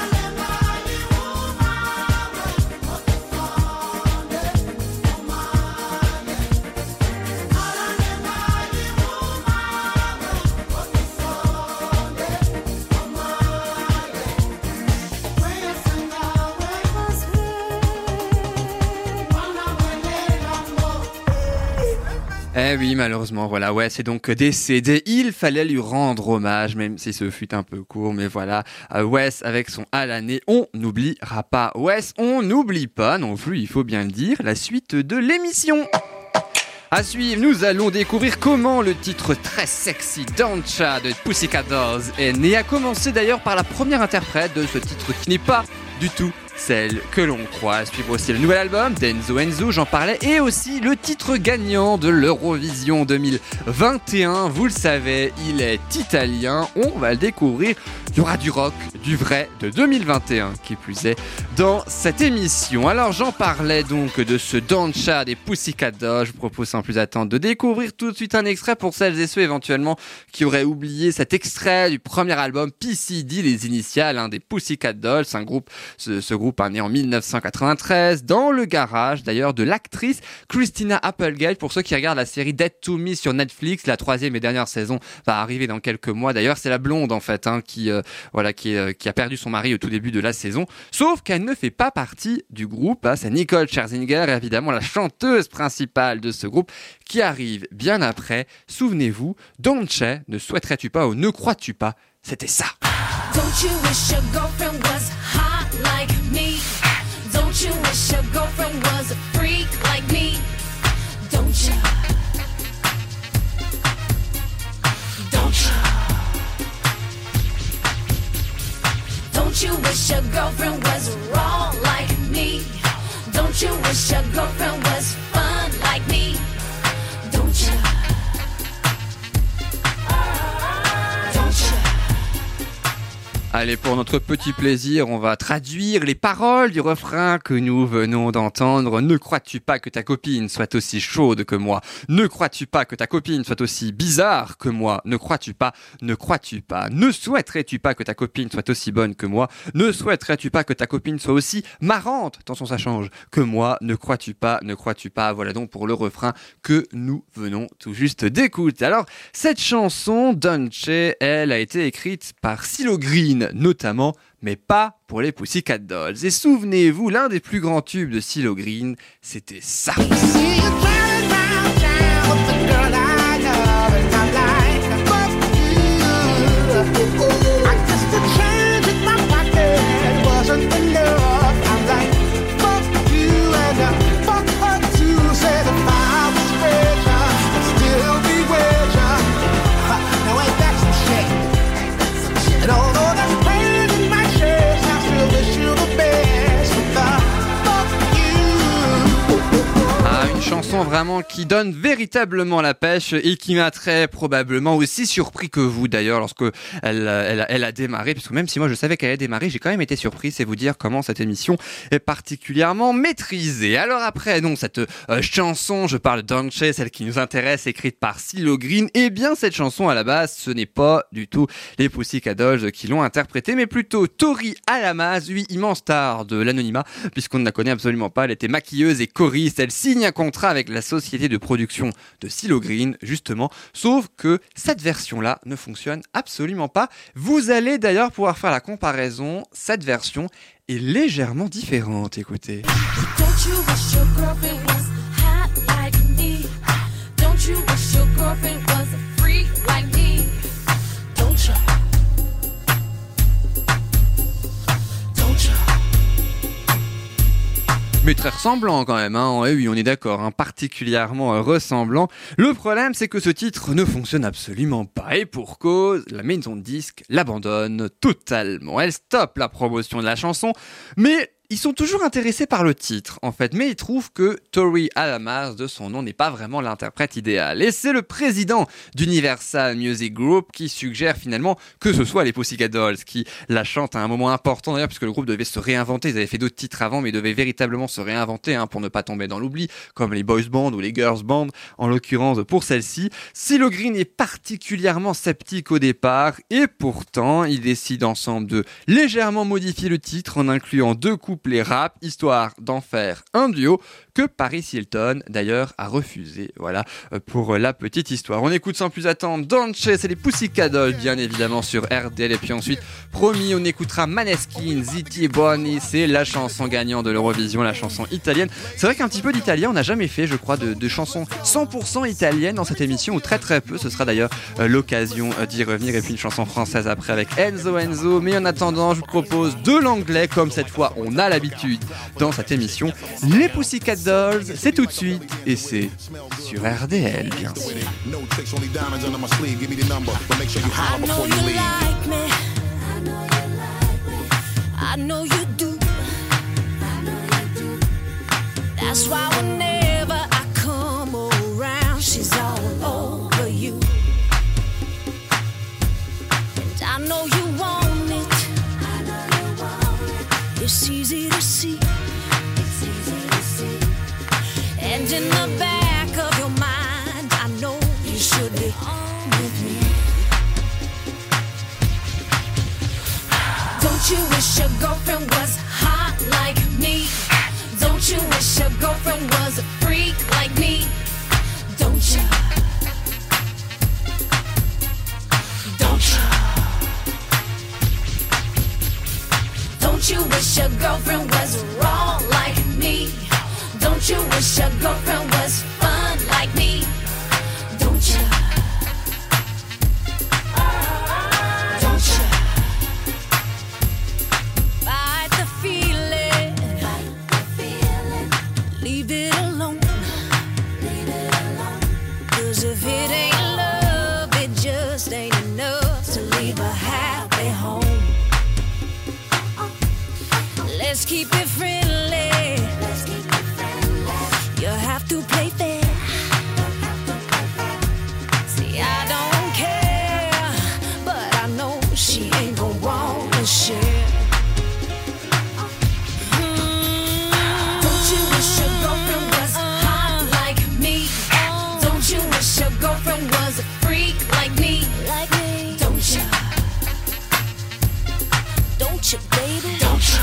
Eh oui, malheureusement, voilà, ouais, c'est donc décédé. Il fallait lui rendre hommage, même si ce fut un peu court, mais voilà. Euh, Wes, avec son à l'année, on n'oubliera pas. Wes, on n'oublie pas non plus, il faut bien le dire, la suite de l'émission. À suivre, nous allons découvrir comment le titre très sexy Don't Cha de Pussycat Dolls est né, à commencer d'ailleurs par la première interprète de ce titre qui n'est pas du tout celle que l'on croit. À suivre aussi le nouvel album d'Enzo Enzo, j'en parlais, et aussi le titre gagnant de l'Eurovision deux mille vingt et un. Vous le savez, il est italien, on va le découvrir. Il y aura du rock, du vrai, de deux mille vingt et un, qui plus est, dans cette émission. Alors j'en parlais donc de ce Don't Cha des Pussycat Dolls. Je vous propose sans plus attendre de découvrir tout de suite un extrait pour celles et ceux éventuellement qui auraient oublié cet extrait du premier album P C D, les initiales hein, des Pussycat Dolls, un groupe, ce, ce groupe né en dix-neuf cent quatre-vingt-treize dans le garage d'ailleurs de l'actrice Christina Applegate. Pour ceux qui regardent la série Dead to Me sur Netflix, la troisième et dernière saison va arriver dans quelques mois. D'ailleurs, c'est la blonde en fait hein, qui euh, voilà qui, euh, qui a perdu son mari au tout début de la saison. Sauf qu'elle ne fait pas partie du groupe. Hein. C'est Nicole Scherzinger, évidemment la chanteuse principale de ce groupe, qui arrive bien après. Souvenez-vous, Don't Cha, ne souhaiterais-tu pas ou ne crois-tu pas, c'était ça. Don't you wish your girlfriend was hot like me? Don't you wish your girlfriend was a freak like me? Don't you? Don't you? Don't you wish your girlfriend was raw like me? Don't you wish your girlfriend was fun like me? Don't you? Don't you? Allez, pour notre petit plaisir, on va traduire les paroles du refrain que nous venons d'entendre. Ne crois-tu pas que ta copine soit aussi chaude que moi? Ne crois-tu pas que ta copine soit aussi bizarre que moi? Ne crois-tu pas? Ne crois-tu pas? Ne souhaiterais-tu pas que ta copine soit aussi bonne que moi? Ne souhaiterais-tu pas que ta copine soit aussi marrante, attention ça change, que moi? Ne crois-tu pas? Ne crois-tu pas? Voilà donc pour le refrain que nous venons tout juste d'écouter. Alors, cette chanson, Don't Cha, elle a été écrite par CeeLo Green notamment, mais pas pour les Pussycat Dolls. Et souvenez-vous, l'un des plus grands tubes de CeeLo Green, c'était ça. Chanson vraiment qui donne véritablement la pêche et qui m'a très probablement aussi surpris que vous d'ailleurs lorsque elle, elle, elle a démarré, puisque même si moi je savais qu'elle allait démarrer, j'ai quand même été surpris. C'est vous dire comment cette émission est particulièrement maîtrisée. Alors après, non, cette euh, chanson, je parle de Don't Cha, celle qui nous intéresse, écrite par CeeLo Green, et eh bien cette chanson à la base, ce n'est pas du tout les Pussycat Dolls qui l'ont interprétée, mais plutôt Tori Alamaz, oui, immense star de l'anonymat, puisqu'on ne la connaît absolument pas. Elle était maquilleuse et choriste, elle signe un contrat avec la société de production de CeeLo Green, justement, sauf que cette version-là ne fonctionne absolument pas. Vous allez d'ailleurs pouvoir faire la comparaison, cette version est légèrement différente, écoutez. Don't you wish your girlfriend was Mais très ressemblant quand même, hein. Ouais, oui, on est d'accord, hein. Particulièrement euh, ressemblant. Le problème, c'est que ce titre ne fonctionne absolument pas. Et pour cause, la maison de disques l'abandonne totalement. Elle stoppe la promotion de la chanson, mais ils sont toujours intéressés par le titre, en fait, mais ils trouvent que Tori Adamas, de son nom, n'est pas vraiment l'interprète idéal. Et c'est le président d'Universal Music Group qui suggère finalement que ce soit les Pussycat Dolls qui la chantent à un moment important, d'ailleurs, puisque le groupe devait se réinventer. Ils avaient fait d'autres titres avant, mais ils devaient véritablement se réinventer, hein, pour ne pas tomber dans l'oubli, comme les boys band ou les girls band, en l'occurrence pour celle-ci. CeeLo Green est particulièrement sceptique au départ, et pourtant, ils décident ensemble de légèrement modifier le titre en incluant deux couples les rap, histoire d'en faire un duo que Paris Hilton d'ailleurs a refusé. Voilà pour la petite histoire. On écoute sans plus attendre Don't Chase, c'est les Pussycat Dolls bien évidemment sur R D L, et puis ensuite promis on écoutera Maneskin, Zitti Buoni, c'est la chanson gagnante de l'Eurovision, la chanson italienne. C'est vrai qu'un petit peu d'italien on n'a jamais fait, je crois, de, de chansons cent pour cent italiennes dans cette émission, ou très très peu. Ce sera d'ailleurs euh, l'occasion euh, d'y revenir, et puis une chanson française après avec Enzo Enzo. Mais en attendant je vous propose de l'anglais, comme cette fois on a l'habitude dans cette émission. Les Pussycat Dolls, c'est tout de suite, et c'est sur R D L bien sûr. I know you like me. I know you do. That's why whenever I come around, she's all over you. And I know you want it. It's easy to see. And in the back of your mind, I know you should be on with me. Don't you wish your girlfriend was hot like me? Don't you wish your girlfriend was a freak like me? Don't you? Don't you? Don't you wish your girlfriend was raw like me? Don't you wish your girlfriend was fun like me? Don't you? Don't you? Fight the feeling. Fight the feeling. Leave it alone. Leave it alone. 'Cause if it ain't love, it just ain't enough to leave a happy home. Let's keep it friendly. Let's keep it friendly. You have to play fair. See, I don't care, but I know she ain't gon' wanna share. Mm. Don't you wish your girlfriend was hot like me? Don't you wish your girlfriend was a freak like me? Like me? Don't you? Don't you, baby? Don't you?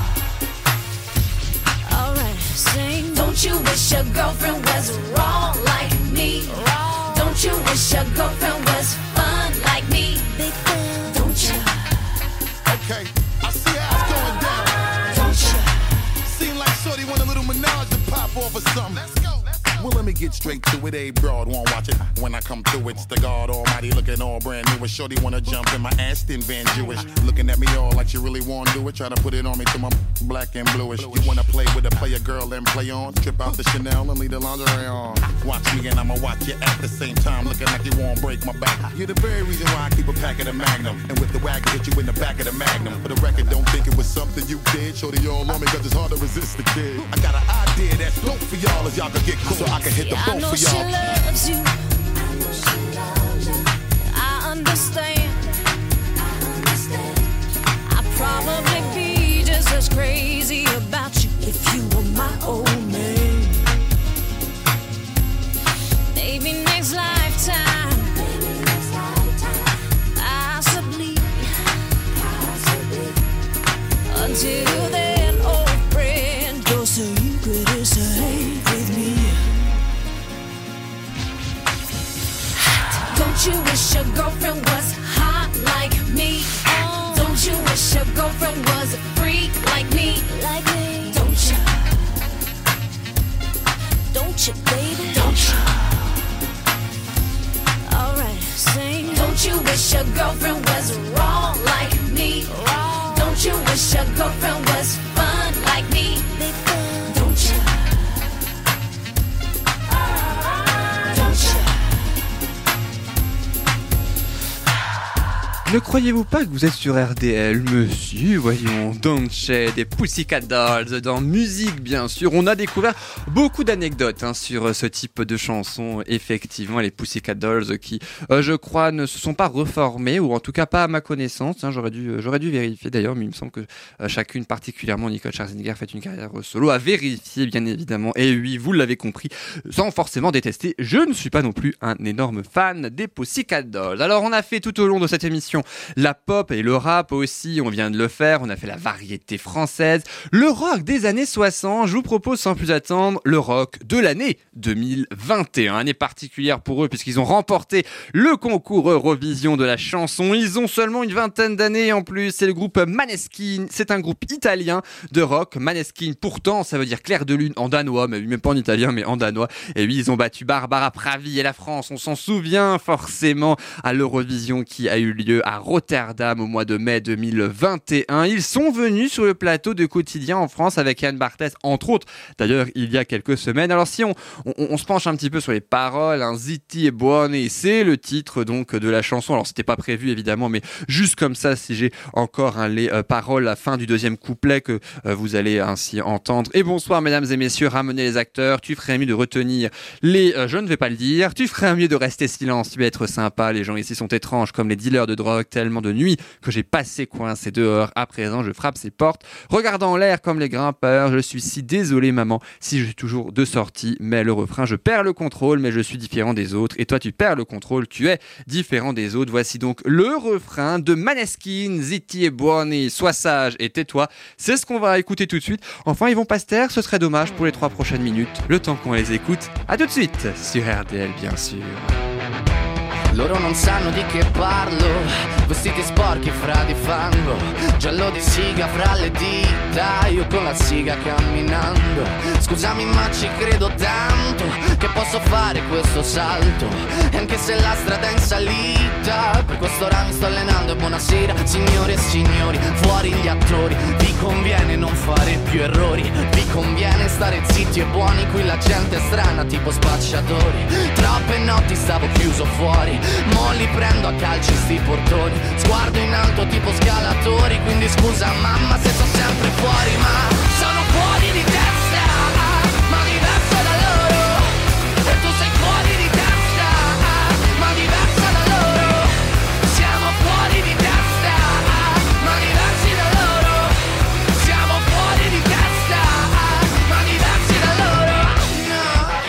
Don't you wish your girlfriend was raw like me? Raw. Don't you wish your girlfriend was fun like me? Big fan. Don't you? Okay, I see how it's going down. Don't you? Seem like Shorty want a little menage to pop off or something. Let's go, let's go. Well, let me get straight to it. A broad won't watch it. When I come through, it's the God Almighty looking all brand new. And Shorty wanna jump in my Aston Van Jewish. Looking at me all like she really wanna do it. Try to put it on me till my black and bluish. You wanna play with a player girl and play on? Trip out the Chanel and leave the lingerie on. Watch me and I'ma watch you at the same time. Looking like you won't break my back. You're the very reason why I keep a pack of the Magnum. And with the wagon, hit you in the back of the Magnum. For the record, don't think it was something you did. Shorty all on me cause it's hard to resist the kid. I got an idea that's dope for y'all as y'all can get cool. So I can hit the boat. I know she loves you. I understand. I'd probably be just as crazy about you if you were my old man. Maybe next lifetime. Possibly. Until then, old friend, go so you could say with me. Don't you wish your girlfriend was hot like me? Don't you wish your girlfriend was a freak like me? Like me? Don't you? Don't you, baby? Don't you? Alright, sing. Don't you wish your girlfriend was raw like me? Raw. Don't you wish your girlfriend was fun like me? Big fun. Don't Ne croyez-vous pas que vous êtes sur R D L, monsieur? Voyons, Don't des Pussycat Dolls, dans musique bien sûr. On a découvert beaucoup d'anecdotes hein, sur ce type de chansons. Effectivement, les Pussycat Dolls qui, euh, je crois, ne se sont pas reformées, ou en tout cas pas à ma connaissance. Hein, j'aurais dû, euh, j'aurais dû vérifier d'ailleurs, mais il me semble que euh, chacune, particulièrement Nicole Scherzinger, fait une carrière solo. À vérifier, bien évidemment. Et oui, vous l'avez compris, sans forcément détester, je ne suis pas non plus un énorme fan des Pussycat Dolls. Alors, on a fait tout au long de cette émission la pop et le rap aussi, on vient de le faire, on a fait la variété française, le rock des années soixante. Je vous propose sans plus attendre le rock de l'année deux mille vingt et un, année particulière pour eux puisqu'ils ont remporté le concours Eurovision de la chanson. Ils ont seulement une vingtaine d'années en plus. C'est le groupe Maneskin, c'est un groupe italien de rock. Maneskin, pourtant ça veut dire clair de lune en danois, mais même pas en italien mais en danois. Et oui, ils ont battu Barbara Pravi et la France, on s'en souvient forcément, à l'Eurovision qui a eu lieu à Rotterdam au mois de mai deux mille vingt et un. Ils sont venus sur le plateau de Quotidien en France avec Yann Barthès, entre autres, d'ailleurs il y a quelques semaines. Alors si on, on, on se penche un petit peu sur les paroles, hein, Zitti e buoni, c'est le titre donc de la chanson. Alors c'était pas prévu évidemment, mais juste comme ça, si j'ai encore hein, les euh, paroles à la fin du deuxième couplet que euh, vous allez ainsi entendre. Et bonsoir mesdames et messieurs, ramenez les acteurs, tu ferais mieux de retenir les, euh, je ne vais pas le dire, tu ferais mieux de rester silencieux, être sympa, les gens ici sont étranges comme les dealers de drogue, tellement de nuits que j'ai passé coincé dehors, à présent je frappe ses portes, regardant l'air comme les grimpeurs, je suis si désolé maman, si je suis toujours de sortie, mais le refrain, je perds le contrôle, mais je suis différent des autres, et toi tu perds le contrôle, tu es différent des autres. Voici donc le refrain de Maneskin, Zitti e buoni, sois sage et tais-toi, c'est ce qu'on va écouter tout de suite. Enfin ils vont pas se taire, ce serait dommage pour les trois prochaines minutes, le temps qu'on les écoute. À tout de suite sur R D L bien sûr. Loro non sanno di che parlo, vestiti sporchi fra di fango, giallo di siga fra le dita, io con la siga camminando. Scusami ma ci credo tanto, che posso fare questo salto, e anche se la strada è in salita, per quest'ora mi sto allenando. E buonasera signore e signori, fuori gli attori, vi conviene non fare più errori, vi conviene stare zitti e buoni, qui la gente è strana tipo spacciatori. Troppe notti stavo chiuso fuori, mo li prendo a calci sti portoni, sguardo in alto tipo scalatori, quindi scusa mamma se sto sempre fuori, ma sono fuori di testa, ma diverso da loro, e tu sei fuori di testa, ma diversa da loro, siamo fuori di testa, ma diversi da loro, siamo fuori di testa, ma diversi da loro, no.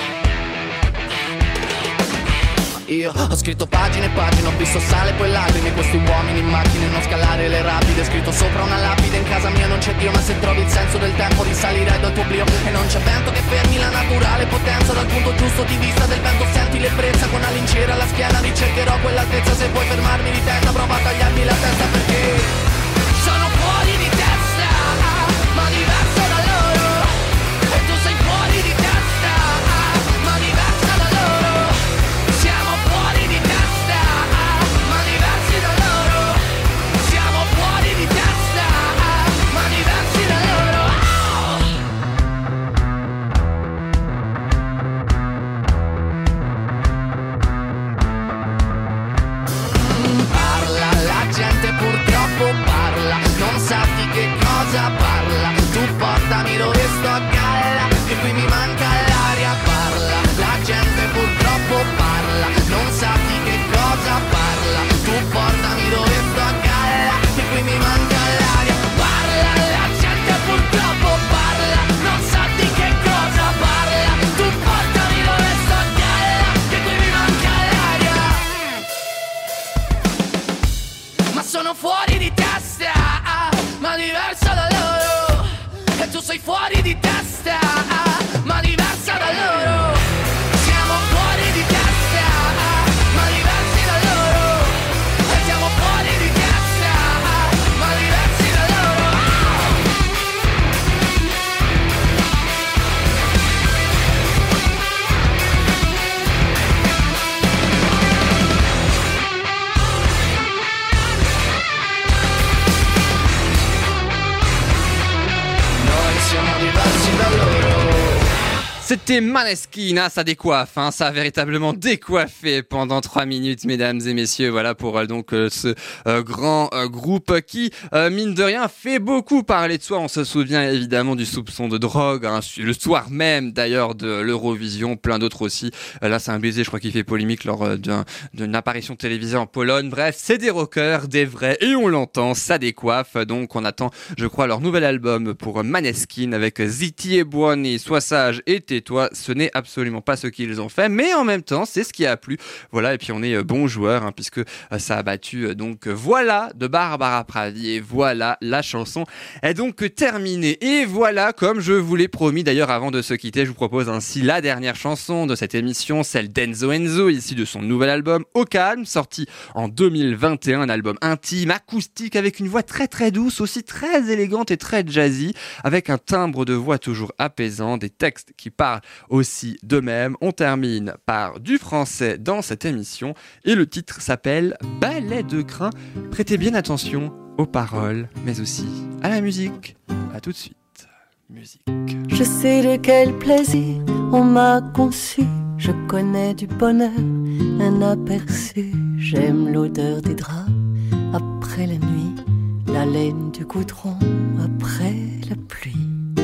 Io ho scritto pagine e pagine, ho visto sale poi lacrime, questi uomini in macchine, non scalare le rapide, scritto sopra una lapide, in casa mia non c'è Dio, ma se trovi il senso del tempo risalirai dal tuo oblio, e non c'è vento che fermi la naturale potenza, dal punto giusto di vista del vento senti l'ebbrezza, con la lincera alla schiena ricercherò quell'altezza, se vuoi fermarmi di testa prova a tagliarmi la testa, perché sono fuori di testa, ma diverso da loro, e tu sei fuori di testa, ma diversa da loro, siamo fuori di testa, ma diversi da loro, siamo fuori di testa, ma diversi da loro. Parla la gente purtroppo C'était Maneskin, hein, ça décoiffe, hein, ça a véritablement décoiffé pendant trois minutes, mesdames et messieurs. Voilà pour euh, donc euh, ce euh, grand euh, groupe qui, euh, mine de rien, fait beaucoup parler de soi. On se souvient évidemment du soupçon de drogue, hein, le soir même d'ailleurs de l'Eurovision, plein d'autres aussi. Euh, là, c'est un baiser, je crois, qui fait polémique lors euh, d'un, d'une apparition télévisée en Pologne. Bref, c'est des rockers, des vrais, et on l'entend, ça décoiffe. Donc, on attend, je crois, leur nouvel album pour Maneskin avec Ziti et Buoni, Sois sage et tais-toi. Ce n'est absolument pas ce qu'ils ont fait, mais en même temps, c'est ce qui a plu. Voilà, et puis on est euh, bons joueurs, hein, puisque euh, ça a battu euh, donc euh, voilà de Barbara Pravi, et voilà, la chanson est donc terminée. Et voilà, comme je vous l'ai promis d'ailleurs avant de se quitter, je vous propose ainsi la dernière chanson de cette émission, celle d'Enzo Enzo, ici de son nouvel album Au Calme, sorti en deux mille vingt et un, un album intime, acoustique, avec une voix très très douce, aussi très élégante et très jazzy, avec un timbre de voix toujours apaisant, des textes qui parlent aussi d'eux-mêmes. On termine par du français dans cette émission et le titre s'appelle Ballet de crin. Prêtez bien attention aux paroles, mais aussi à la musique. À tout de suite. Musique. Je sais de quel plaisir on m'a conçu. Je connais du bonheur, un aperçu. J'aime l'odeur des draps après la nuit, la laine du goudron après la pluie.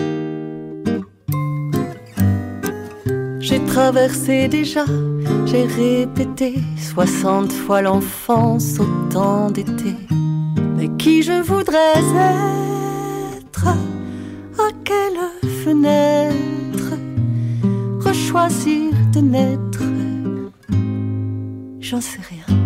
J'ai traversé déjà, j'ai répété soixante fois l'enfance, autant d'été. Mais qui je voudrais être? À quelle fenêtre rechoisir de naître? J'en sais rien.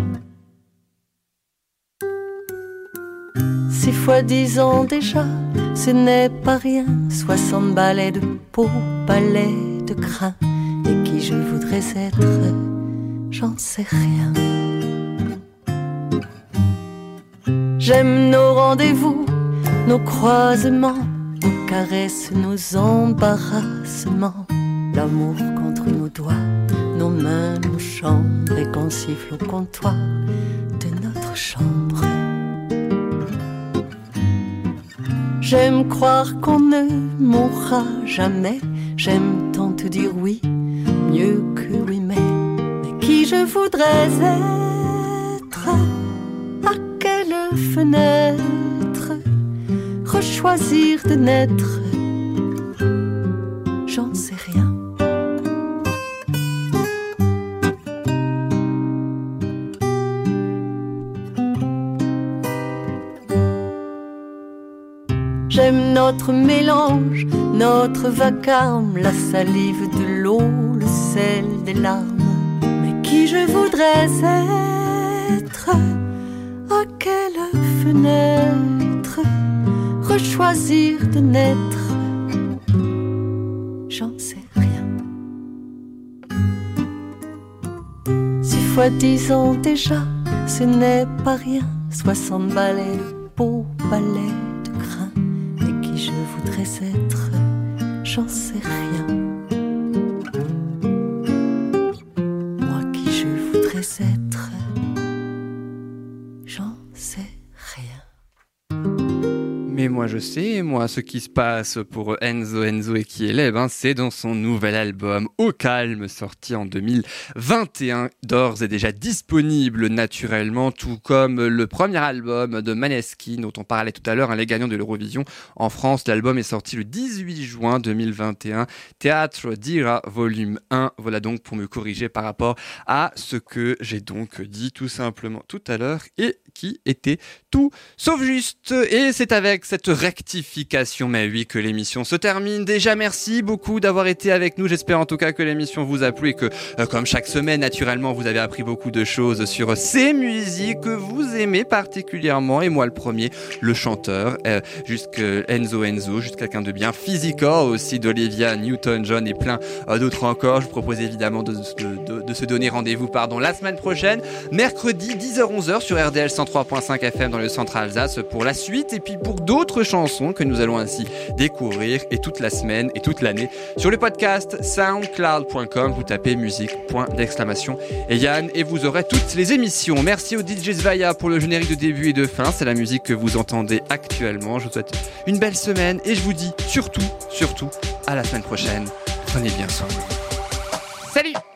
Six fois dix ans déjà, ce n'est pas rien. Soixante balais de peau, balais de crin. Et qui je voudrais être, j'en sais rien. J'aime nos rendez-vous, nos croisements, nos caresses, nos embarrassements. L'amour contre nos doigts, nos mains, nos chambres, et qu'on siffle au comptoir de notre chambre. J'aime croire qu'on ne mourra jamais. J'aime tant te dire oui, mieux que oui, mais, mais qui je voudrais être? À quelle fenêtre rechoisir de naître? J'en sais rien. J'aime notre mélange, notre vacarme, la salive de l'eau, le sel des larmes. Mais qui je voudrais être? À quelle fenêtre rechoisir de naître? J'en sais rien. Six fois dix ans déjà, ce n'est pas rien. Soixante balais de peau, balais de crin. Et qui je voudrais être? J'en sais rien. Moi qui je voudrais être, j'en sais rien. Mais moi je sais, moi ce qui se passe pour Enzo Enzo et qui élève, hein, c'est dans son nouvel album Au Calme, sorti en deux mille vingt et un, d'ores et déjà disponible naturellement, tout comme le premier album de Maneskin dont on parlait tout à l'heure, hein, les gagnants de l'Eurovision en France. L'album est sorti le dix-huit juin deux mille vingt et un, Teatro d'Ira volume un. Voilà donc pour me corriger par rapport à ce que j'ai donc dit tout simplement tout à l'heure et qui était tout sauf juste. Et c'est avec cette rectification, mais oui, que l'émission se termine. Déjà, merci beaucoup d'avoir été avec nous. J'espère en tout cas que l'émission vous a plu et que, euh, comme chaque semaine, naturellement, vous avez appris beaucoup de choses sur ces musiques que vous aimez particulièrement. Et moi, le premier, le chanteur, euh, jusqu'à Enzo Enzo, juste quelqu'un de bien. Physica aussi, d'Olivia Newton-John et plein euh, d'autres encore. Je vous propose évidemment de, de, de, de se donner rendez-vous pardon, la semaine prochaine, mercredi dix heures onze heures sur R D L cent trois point cinq F M dans le centre Alsace pour la suite et puis pour d'autres chansons que nous allons ainsi découvrir et toute la semaine et toute l'année sur le podcast soundcloud point com. Vous tapez musique point d'exclamation et Yann et vous aurez toutes les émissions. Merci au D J Svaya pour le générique de début et de fin. C'est la musique que vous entendez actuellement. Je vous souhaite une belle semaine et je vous dis surtout, surtout à la semaine prochaine. Prenez bien soin de vous. Salut!